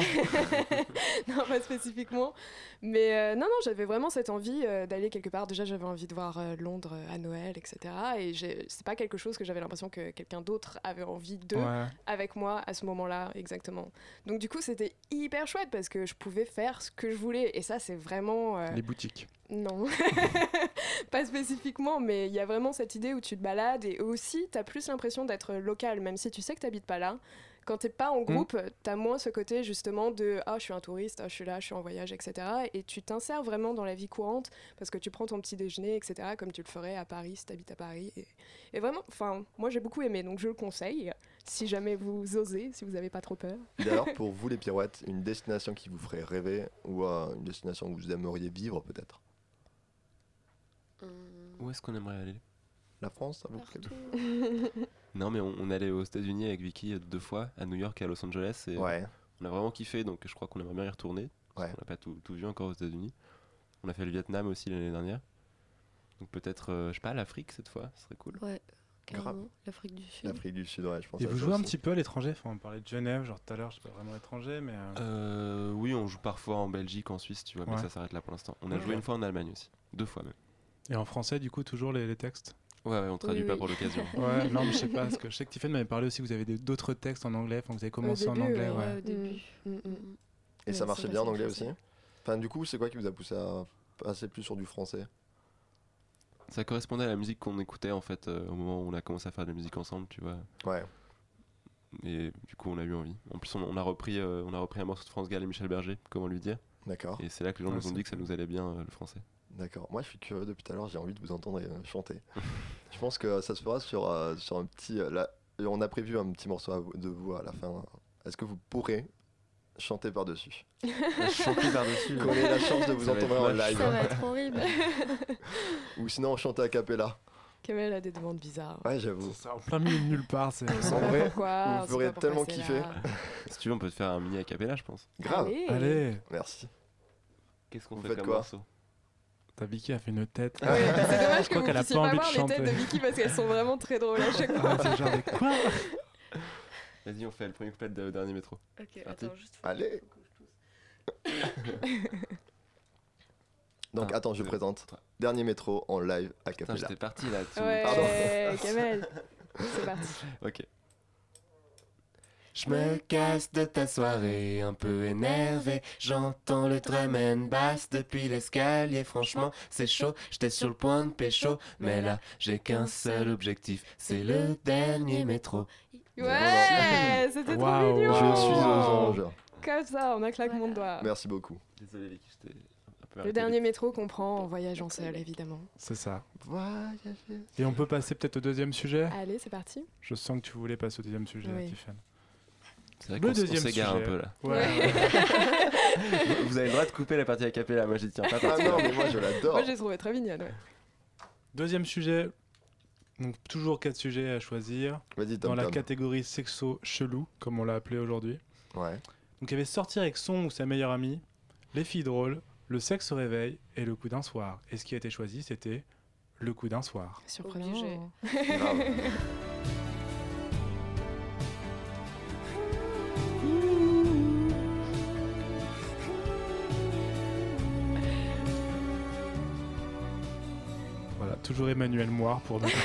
non, pas spécifiquement. Mais euh, non, non, j'avais vraiment cette envie euh, d'aller quelque part. Déjà, j'avais envie de voir euh, Londres euh, à Noël, et cetera. Et j'ai- c'est pas quelque chose que j'avais l'impression que quelqu'un d'autre avait envie de Ouais. avec moi à ce moment-là, exactement. Donc du coup, c'était hyper chouette parce que je pouvais faire ce que je voulais. Et ça, c'est vraiment... euh, Les boutiques. Non, pas spécifiquement, mais il y a vraiment cette idée où tu te balades et aussi, tu as plus l'impression d'être local, même si tu sais que tu n'habites pas là. Quand t'es pas en groupe, tu as moins ce côté justement de « Ah, je suis un touriste, ah, je suis là, je suis en voyage, et cetera » Et tu t'insères vraiment dans la vie courante parce que tu prends ton petit déjeuner, et cetera, comme tu le ferais à Paris si tu habites à Paris. Et, et vraiment, enfin, moi j'ai beaucoup aimé, donc je le conseille, si jamais vous osez, si vous n'avez pas trop peur. D'ailleurs, pour vous les pirouettes, une destination qui vous ferait rêver ou euh, une destination où vous aimeriez vivre peut-être? Hum, Où est-ce qu'on aimerait aller? La France, ça vous ferait partout. Non, mais on, on allait aux États-Unis avec Vicky euh, deux fois, à New York et à Los Angeles. Et Ouais. on a vraiment kiffé, donc je crois qu'on aimerait bien y retourner. parce Ouais. qu'on n'a pas tout, tout vu encore aux États-Unis. On a fait le Vietnam aussi l'année dernière. Donc peut-être, euh, je sais pas, l'Afrique cette fois, ce serait cool. Ouais, carrément. Grave. L'Afrique du Sud. L'Afrique du Sud, ouais, je pense. Et à vous ça jouez un aussi. petit peu à l'étranger? Enfin, on parlait de Genève, genre tout à l'heure, je suis pas vraiment étranger, mais... euh, Euh, oui, on joue parfois en Belgique, en Suisse, tu vois, mais Ouais. ça s'arrête là pour l'instant. On a Ok. joué une fois en Allemagne aussi, deux fois même. Et en français, du coup, toujours les, les textes? Ouais, ouais, on traduit Oui, pas oui. pour l'occasion. Ouais, non, mais je sais pas, parce que je sais que Tiffen m'avait parlé aussi que vous avez des- d'autres textes en anglais, enfin, vous avez commencé en début, anglais, ouais, ouais. Ouais, au début. Mm, mm, mm. Mm. Et Ouais, ça c'est marchait vrai, bien en c'est anglais français. aussi? Enfin, du coup, c'est quoi qui vous a poussé à passer plus sur du français? Ça correspondait à la musique qu'on écoutait en fait euh, au moment où on a commencé à faire de la musique ensemble, tu vois. Ouais. Et du coup, on a eu envie. En plus, on, on a repris, euh, on a repris un morceau de France Gall et Michel Berger, comment lui dire. D'accord. Et c'est là que les gens Ah, nous ont c'est dit que ça cool. nous allait bien euh, le français. D'accord. Moi, je suis curieux depuis tout à l'heure, j'ai envie de vous entendre euh, chanter. Je pense que ça se fera sur, euh, sur un petit. euh, là, et on a prévu un petit morceau à vous- de vous à la fin. Est-ce que vous pourrez chanter par-dessus? Chanter par-dessus. Qu'on ait la chance de vous Ça va être entendre en moche. live. Ça va être horrible. Ou sinon, chanter a cappella. Kamel a des demandes bizarres. Ouais, j'avoue. C'est en plein milieu de nulle part. C'est On sait En pas vrai, pourquoi, vous on sait ferez pas pourquoi tellement c'est kiffer. là. Si tu veux, on peut te faire un mini acapella, je pense. Grave. Allez. Allez, Merci. Qu'est-ce qu'on Vous fait faites comme quoi morceau? ta Vicky a fait une tête. Ouais, c'est dommage que crois vous qu'elle a puissiez pas pas envie de voir les têtes chanter. de Vicky parce qu'elles sont vraiment très drôles à chaque fois. Ah, c'est genre de quoi? Vas-y, on fait le premier couplet de Dernier Métro. Ok, Parti. attends, juste. faut- Allez. faut que je tousse. Donc, Un, attends, je deux, présente. trois. Dernier métro en live à Putain, cappella. j'étais parti là. tu- Ouais, Kamel. C'est parti. Ok. Je me casse de ta soirée, un peu énervé. J'entends le drum and bass depuis l'escalier. Franchement, c'est chaud. J'étais sur le point de pécho, mais là, j'ai qu'un seul objectif. C'est le dernier métro. Ouais, c'était trop Waouh. mignon. Je suis aux anges. Comme ça, on a claquement de doigts. Merci beaucoup. Désolé, Vicky, j'étais un peu Le arrêté dernier vite. métro qu'on prend en voyageant seul, évidemment. C'est ça. Voyager. Et on peut passer peut-être au deuxième sujet. Allez, c'est parti. Je sens que tu voulais passer au deuxième sujet, Oui. Tiffany. C'est vrai Le qu'on s- on deuxième s'égare un sujet. peu là. Ouais. Vous avez le droit de couper la partie acapella, moi j'y tiens pas Ah particulièrement. non, mais moi je l'adore. Moi, j'ai trouvé très mignonne. Ouais. Deuxième sujet. Donc toujours quatre sujets à choisir Vas-y, dans Tom la Tom. catégorie sexo chelou, comme on l'a appelé aujourd'hui. Ouais. Donc il y avait sortir avec son ou sa meilleure amie, les filles drôles, le sexe au réveil et le coup d'un soir. Et ce qui a été choisi, c'était le coup d'un soir. Surprenant. Obligé. Grave. Voilà, toujours Emmanuel Moire pour nous. Je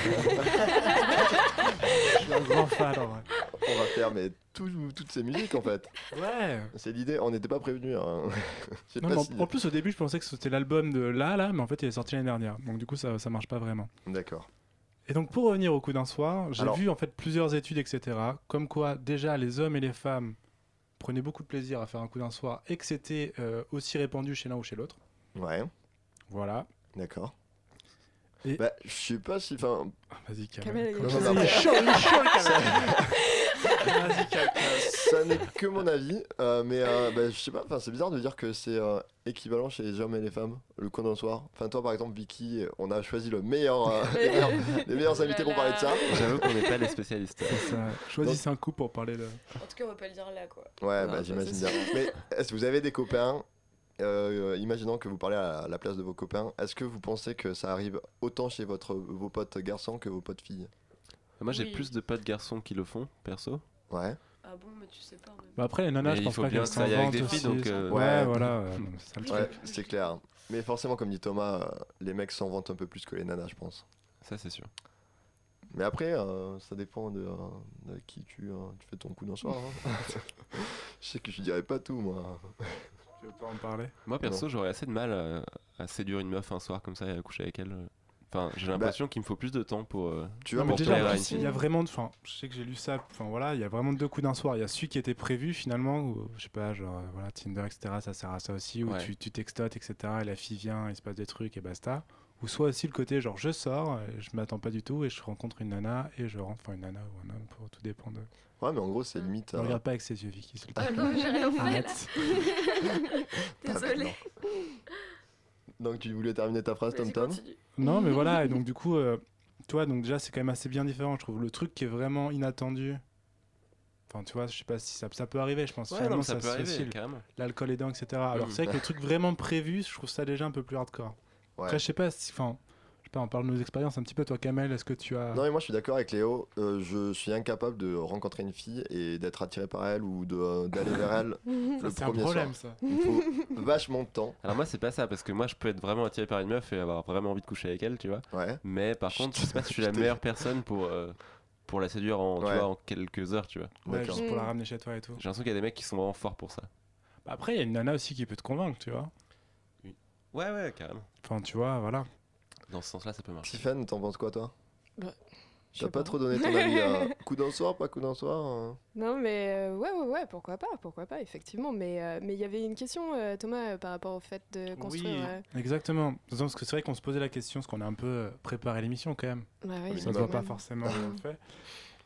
suis un grand fan en vrai. On va faire mais tout- toutes ces musiques en fait. Ouais. C'est l'idée, on n'était pas prévenus. Hein. Je sais Non, pas mais en, si- en plus au début je pensais que c'était l'album de là là, mais en fait il est sorti l'année dernière. Donc du coup ça, ça marche pas vraiment. D'accord. Et donc pour revenir au coup d'un soir, j'ai Alors- vu en fait plusieurs études, et cetera. Comme quoi déjà les hommes et les femmes prenaient beaucoup de plaisir à faire un coup d'un soir et que c'était euh, aussi répandu chez l'un ou chez l'autre. Ouais, Voilà. d'accord. Et- Bah, je sais pas si. Enfin, Ah, vas-y Kamel, Kamel. il Non, est non, chaud. non, Il est chaud, il est chaud le ça, Kamel. Vas-y Kamel. ça n'est que mon avis, euh, mais euh, bah, je sais pas. Enfin, c'est bizarre de dire que c'est euh, équivalent chez les hommes et les femmes, le coup d'un soir. Enfin, toi, par exemple, Vicky, on a choisi le meilleur, euh, les meilleurs, les meilleurs invités pour parler de ça. J'avoue qu'on n'est pas les spécialistes. C'est ça. Choisissez un coup pour parler de. En tout cas, on va pas le dire là, quoi. Ouais, Ah, bah ça, j'imagine c'est bien. Mais est-ce que vous avez des copains euh, imaginons que vous parlez à la place de vos copains, est-ce que vous pensez que ça arrive autant chez votre, vos potes garçons que vos potes filles? Moi j'ai Oui. plus de potes garçons qui le font, perso. Ouais. Ah bon, mais tu sais pas. en même Bah après les nanas, Mais je il pense faut pas bien qu'elles que ça aille avec s'inventent des filles, aussi. donc, euh, Ouais, ouais. voilà. euh, non, c'est ça le Ouais, truc. c'est clair. Mais forcément, comme dit Thomas, euh, les mecs s'en vantent un peu plus que les nanas, je pense. Ça c'est sûr. Mais après, euh, ça dépend de, euh, de qui tu, euh, tu fais ton coup d'un soir. hein. Je sais que je dirais pas tout, moi. Tu veux pas en parler? Moi perso j'aurais assez de mal à, à séduire une meuf un soir comme ça et à coucher avec elle. Enfin j'ai Bah, l'impression qu'il me faut plus de temps pour... euh, Tu vois, Non, mais pour déjà, plaire en à plus, une fille. il y a vraiment, enfin, je sais que j'ai lu ça. Enfin voilà, il y a vraiment deux coups d'un soir. Il y a celui qui était prévu finalement, où, je sais pas, genre euh, voilà, Tinder, et cetera. Ça sert à ça aussi, où Ouais. tu, tu textotes, et cetera. Et la fille vient, il se passe des trucs et basta. Ou soit aussi le côté genre je sors, euh, je m'attends pas du tout et je rencontre une nana et je rentre, enfin une nana ou un homme, pour tout dépend de. Ouais, mais en gros, c'est limite. Ne euh, regarde pas avec ses yeux, Vicky. s'il te Ah plaît. non, j'ai rien fait. Arrête. Désolée. Donc, tu voulais terminer ta phrase, Tom Vas-y, Tom continue. Non, mais voilà, et donc du coup, euh, toi, donc déjà, c'est quand même assez bien différent, je trouve. Le truc qui est vraiment inattendu, enfin, tu vois, je sais pas si ça, ça peut arriver, je pense. Ouais, Finalement, non, ça, peut se arriver, facile. carrément. L'alcool aidant, et cetera. Alors, Mhm. c'est vrai que le truc vraiment prévu, je trouve ça déjà un peu plus hardcore. Ouais. Après, je sais pas si, enfin, je sais pas, on parle de nos expériences un petit peu, toi, Kamel, est-ce que tu as. Non, mais moi je suis d'accord avec Léo. Euh, je suis incapable de rencontrer une fille et d'être attiré par elle ou de, euh, d'aller vers elle le c'est un premier problème, soir. ça. Il me faut vachement de temps. Alors moi c'est pas ça parce que moi je peux être vraiment attiré par une meuf et avoir vraiment envie de coucher avec elle, tu vois. Ouais. Mais par Je contre te- je sais pas si je suis la je te- meilleure personne pour, euh, pour la séduire en, tu Ouais. vois, en quelques heures, tu vois. Ouais, D'accord. juste pour la Mm. ramener chez toi et tout. J'ai l'impression qu'il y a des mecs qui sont vraiment forts pour ça. Bah, après, il y a une nana aussi qui peut te convaincre, tu vois. Ouais ouais carrément. Enfin, tu vois, voilà. Dans ce sens-là ça peut marcher. Tiffany, t'en penses quoi, toi? Bah, je T'as sais pas pas. trop donné ton avis à coup d'un soir, pas coup d'un soir hein Non, mais euh, ouais, ouais, ouais, pourquoi pas, pourquoi pas, effectivement. Mais euh, mais il y avait une question, euh, Thomas, euh, par rapport au fait de construire. Oui, euh, exactement. Non, parce que c'est vrai qu'on se posait la question, parce qu'on a un peu euh, préparé l'émission quand même. bah ouais, Ça Oui, se voit bah, pas même. forcément on le fait.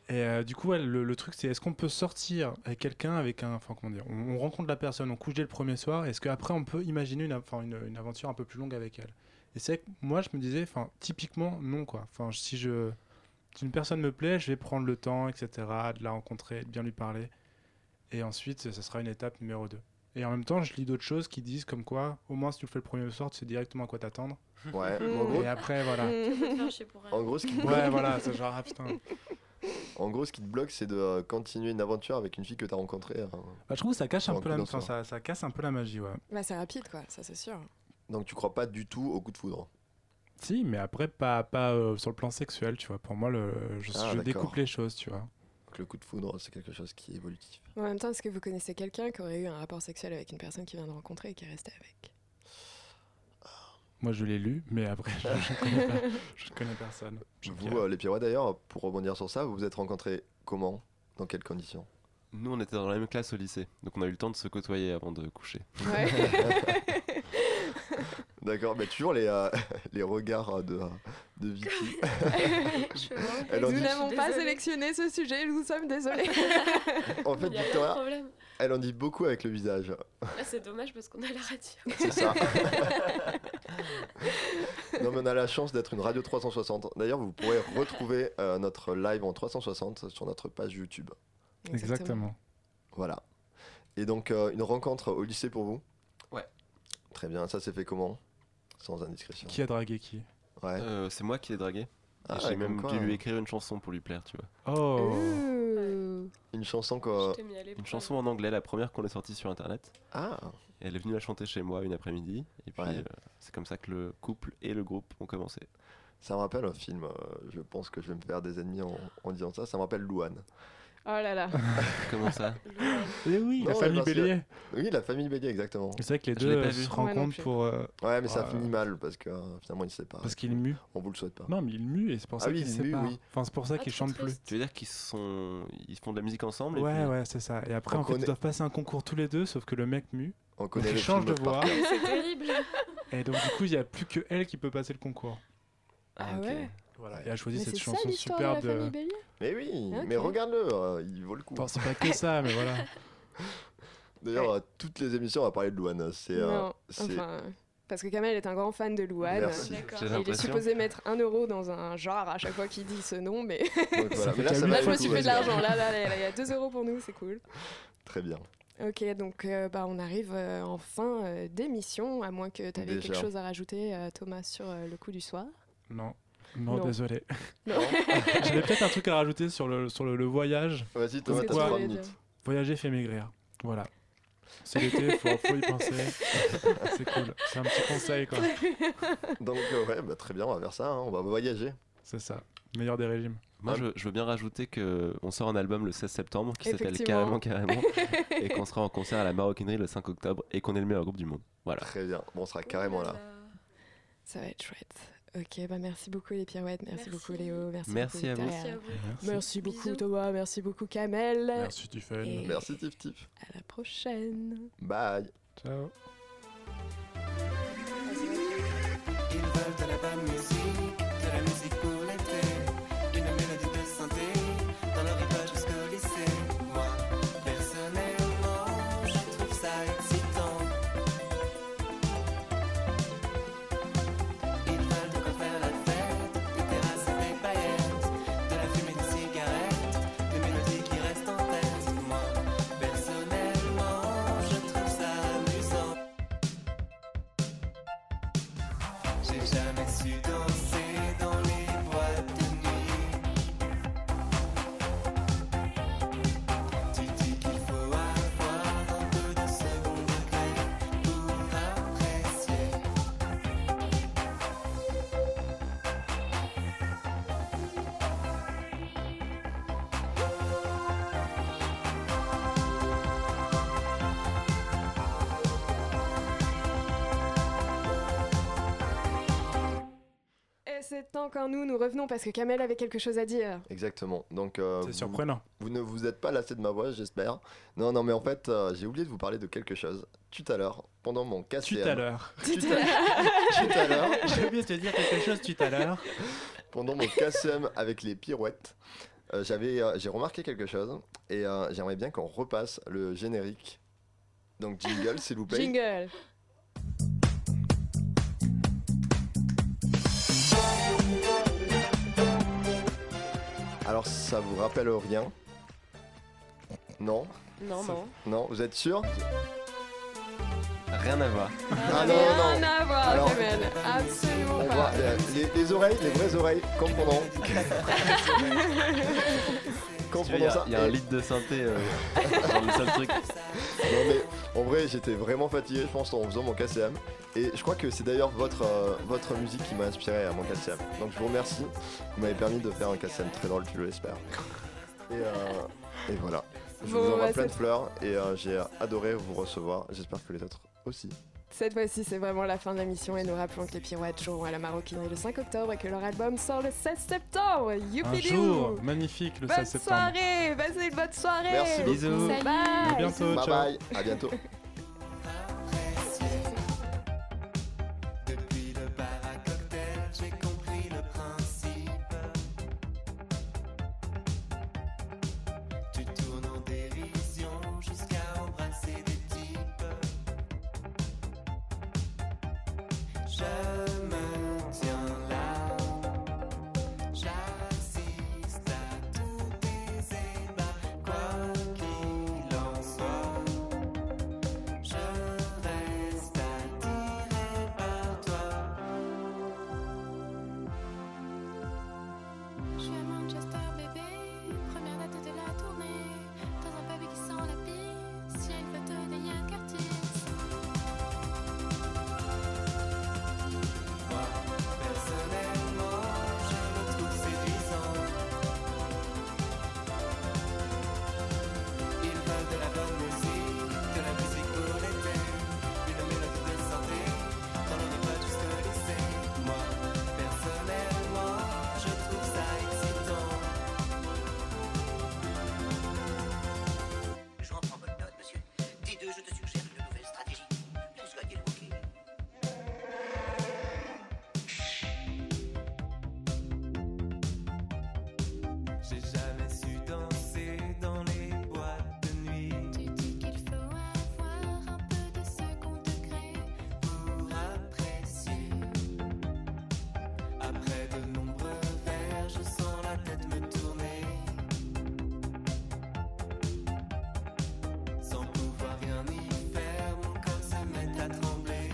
Et euh, du coup, ouais, le, le truc, c'est est-ce qu'on peut sortir avec quelqu'un, avec un, enfin comment dire, on, on rencontre la personne, on couche dès le premier soir, est-ce qu'après on peut imaginer une, enfin, une, une aventure un peu plus longue avec elle? Et c'est que moi, je me disais, enfin, typiquement, non quoi. Enfin, si je, si une personne me plaît, je vais prendre le temps, et cetera, de la rencontrer, de bien lui parler, et ensuite, ça sera une étape numéro deux. Et en même temps, je lis d'autres choses qui disent comme quoi, au moins si tu le fais le premier soir, tu sais directement à quoi t'attendre. Ouais, en gros, Et après, voilà. Tu peux te faire chier pour rien. en gros, ce qui te Ouais, bloque, voilà, c'est genre, ah putain. en gros, ce qui te bloque, c'est de euh, continuer une aventure avec une fille que t'as rencontrée. euh. Bah, je trouve que ça cache un Pour un peu coup la, d'un enfin, soir. ça, ça casse un peu la magie, ouais. Bah, c'est rapide, quoi, ça c'est sûr. Donc tu crois pas du tout au coup de foudre. Si, mais après, pas, pas euh, sur le plan sexuel, tu vois. Pour moi, le, je, Ah, je d'accord. découpe les choses, tu vois. Donc le coup de foudre, c'est quelque chose qui est évolutif. En même temps, est-ce que vous connaissez quelqu'un qui aurait eu un rapport sexuel avec une personne qui vient de rencontrer et qui est resté avec? Moi, je l'ai lu, mais après, je, je connais pas. Je connais personne. Je Vous, euh, les Pirouettes d'ailleurs, pour rebondir sur ça, vous vous êtes rencontrés comment? Dans quelles conditions? Nous, on était dans la même classe au lycée, donc on a eu le temps de se côtoyer avant de coucher. Ouais. D'accord, mais toujours les, euh, les regards de, de Vicky. Je fais vraiment Elle en Nous dit- n'avons pas Désolée. sélectionné ce sujet, nous sommes désolés. En fait, Il y a pas de Victoria, problème. elle en dit beaucoup avec le visage. Là, c'est dommage parce qu'on a la radio. C'est ça. Non, mais on a la chance d'être une radio trois cent soixante. D'ailleurs, vous pourrez retrouver euh, notre live en trois cent soixante sur notre page YouTube. Exactement. Voilà. Et donc, euh, une rencontre au lycée pour vous? Ouais. Très bien. Ça s'est fait comment? Sans indiscrétion. Qui a dragué qui? Ouais. Euh, c'est moi qui l'ai dragué. Ah, Et j'ai comme même quoi, dû lui hein. écrire une chanson pour lui plaire, tu vois. Oh. Ouh. Une chanson Je quoi. t'ai mis à l'épreuve. Une chanson en anglais, la première qu'on a sortie sur internet. Ah, Et elle est venue la chanter chez moi une après-midi. Et puis Ouais. euh, c'est comme ça que le couple et le groupe ont commencé. ça me rappelle un film. euh, je pense que je vais me faire des ennemis en, en disant ça. Ça me rappelle Louane. Oh là là. Comment ça? Et oui, Non, la ouais, famille parce que- Bélier. Oui, la famille Bélier, exactement. C'est vrai que les Je l'ai deux pas euh, vu. se Moi non rencontrent plus. pour. euh, Ouais, mais ça Ouais. finit mal parce que euh, finalement ils se séparent. Parce qu'il mue. On vous le souhaite pas. Non, mais il mue et c'est pour Ah ça oui, qu'ils se il mue, séparent. oui. Enfin, c'est pour ça Ah, qu'ils trop chantent plus. triste. Tu veux dire qu'ils sont, ils font de la musique ensemble et Ouais, puis- ouais, c'est ça. Et après, On en fait, connaît- ils doivent passer un concours tous les deux, sauf que le mec mue. On connaît Donc, le il change film de par voix. cœur. C'est terrible. Et donc, du coup, il n'y a plus que elle qui peut passer le concours. Ah ok. ouais. Voilà. Et elle a choisi Mais cette c'est ça chanson l'histoire de la superbe. famille Bélier? Mais oui, Ok. mais regarde-le, euh, il vaut le coup. Bon, c'est pas que ça, mais voilà. D'ailleurs, euh, toutes les émissions, on va parler de Louane. C'est, euh, Non, c'est- enfin, parce que Kamel est un grand fan de Louane. Merci. D'accord. J'ai Et il est l'impression. supposé mettre un euro dans un jar à chaque fois qu'il dit ce nom, mais Donc, voilà. Ça Mais fait là, qu'à ça huit va là je fois me être suis cool, fait de vas-y. l'argent. Là, là, là, là, il y a deux euros pour nous, c'est cool. Très bien. Ok, donc euh, bah, on arrive euh, en fin euh, d'émission, à moins que tu avais Déjà. quelque chose à rajouter, euh, Thomas, sur euh, le coup du soir. Non. Non, Non. désolé. Non. J'avais peut-être un truc à rajouter sur le, sur le, le voyage. Vas-y, Thomas, Qu'est-ce t'as que tu trois voulais minutes. dire? Voyager fait maigrir. Voilà. C'est l'été, faut, faut y penser. C'est cool. C'est un petit conseil, quoi. Donc, euh, ouais, bah, très bien, on va faire ça. hein, On va voyager. C'est ça. Meilleur des régimes. Moi, Ah. je, je veux bien rajouter qu'on sort un album le seize septembre qui s'appelle Effectivement. Carrément Carrément et qu'on sera en concert à la Maroquinerie le cinq octobre et qu'on est le meilleur groupe du monde. Voilà. Très bien. Bon, on sera carrément là. Ça va être chouette. Ok, bah merci beaucoup les Pirouettes, merci, Merci. beaucoup Léo, merci, Merci beaucoup à vous. Victoria. Merci à vous. Merci. Merci beaucoup Bisous. Thomas, merci beaucoup Kamel. Merci, Tiffen. Et- Merci, Tif Tif. À la prochaine. Bye. Ciao. Ils veulent de la bonne musique, de la musique pour l'été, une mélodie de santé, dans leur école jusqu'au lycée. Moi, personnellement, je trouve ça excitant. Ils veulent de quoi faire la fête, des terrasses et des paillettes, de la fumée, des cigarettes, des mélodies qui restent en tête. Moi, personnellement, je trouve ça amusant. J'ai jamais su danser dans les boîtes de nuit. Tu dis qu'il faut avoir un peu de second degré pour apprécier. Et c'est encore nous, nous revenons parce que Kamel avait quelque chose à dire. Exactement. Donc, euh, C'est vous- surprenant. Vous ne vous êtes pas lassé de ma voix, j'espère. Non, non, mais en fait, euh, j'ai oublié de vous parler de quelque chose. Tout à l'heure, pendant mon K C M. Tout à l'heure. Tout à tout à l'heure, J'ai oublié de te dire quelque chose tout à l'heure. pendant mon K C M avec les Pirouettes, Euh, j'avais, euh, j'ai remarqué quelque chose et euh, j'aimerais bien qu'on repasse le générique. Donc jingle, s'il vous plaît. Jingle. Alors ça vous rappelle rien? Non? Non, non. Non, vous êtes sûr? Rien à voir. Ah non, non. Rien à voir, Alors, Kamel. Absolument On pas. voit, euh, les, les oreilles, les vraies oreilles, comprenons. Il y, comprenons a- ça. il y a un Et- litre de synthé euh, dans le seul truc. Non mais en vrai j'étais vraiment fatigué je pense en faisant mon K C M et je crois que c'est d'ailleurs votre, euh, votre musique qui m'a inspiré à mon K C M. Donc je vous remercie, vous m'avez permis de faire un K C M très drôle, je l'espère. Et, euh, et voilà, je Bon, vous envoie bah, plein de c'est- fleurs et euh, j'ai adoré vous recevoir, j'espère que les autres aussi. Cette fois-ci, c'est vraiment la fin de l'émission et nous rappelons que les Pirouettes joueront à la Maroquinerie le cinq octobre et que leur album sort le seize septembre. Un Youpidou! jour magnifique le Bonne seize septembre. soirée! Passez une bonne soirée! Merci beaucoup. Bisous. Bye! À bientôt, Bye ciao. bye, à bientôt. Depuis le bar à cocktail, j'ai compris le principe. Tu tournes en dérision jusqu'à embrasser des types. Je me tiens là, j'assiste à tous tes ébats, quoi qu'il en soit. Je reste attiré par toi. Je suis à Manchester, bébé. Première date de la tournée. Dans un pub qui sent la pisse. Y'a une photo de Yann Curtis. Moi, personnellement, je le trouve séduisant. Ils veulent de la bonne musique, de la musique pour l'été, une mélodie de santé, quand on n'est pas juste au lycée. Moi, personnellement, je trouve ça excitant. Je reprends bonne note, monsieur. Dis deux, je te suggère une nouvelle stratégie. Plus soigner le bouquet. J'ai jamais su danser dans les boîtes de nuit. Tu dis qu'il faut avoir un peu de second degré. Pour apprécier. Après de nombreux verres, je sens la tête me tourner. Sans pouvoir rien y faire, mon corps se met à trembler.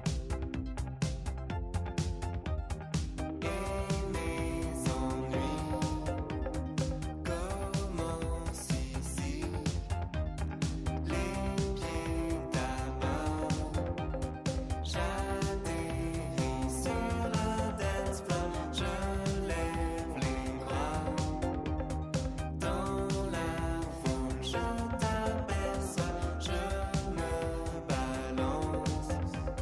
Et mes ennuis commencent ici. Les pieds d'abord. J'atterris sur le dance floor, je lève les bras. Dans la foule, je t'aperçois, je me balance.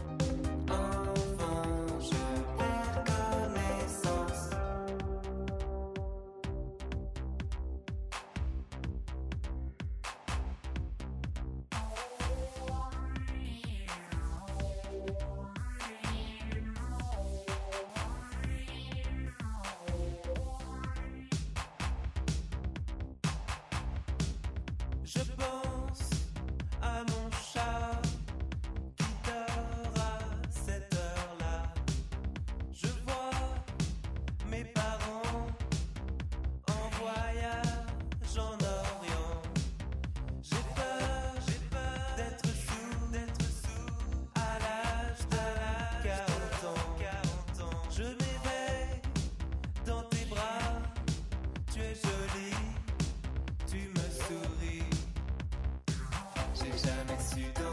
Enfin, je perds connaissance. Je pense à mon chat qui dort à cette heure-là. Je vois mes parents en voyage en Orient. J'ai peur, j'ai peur d'être sous, d'être sous à l'âge de quarante ans. quarante ans. Je m'éveille dans tes bras. Tu es jolie, tu me souris. J'ai jamais su danser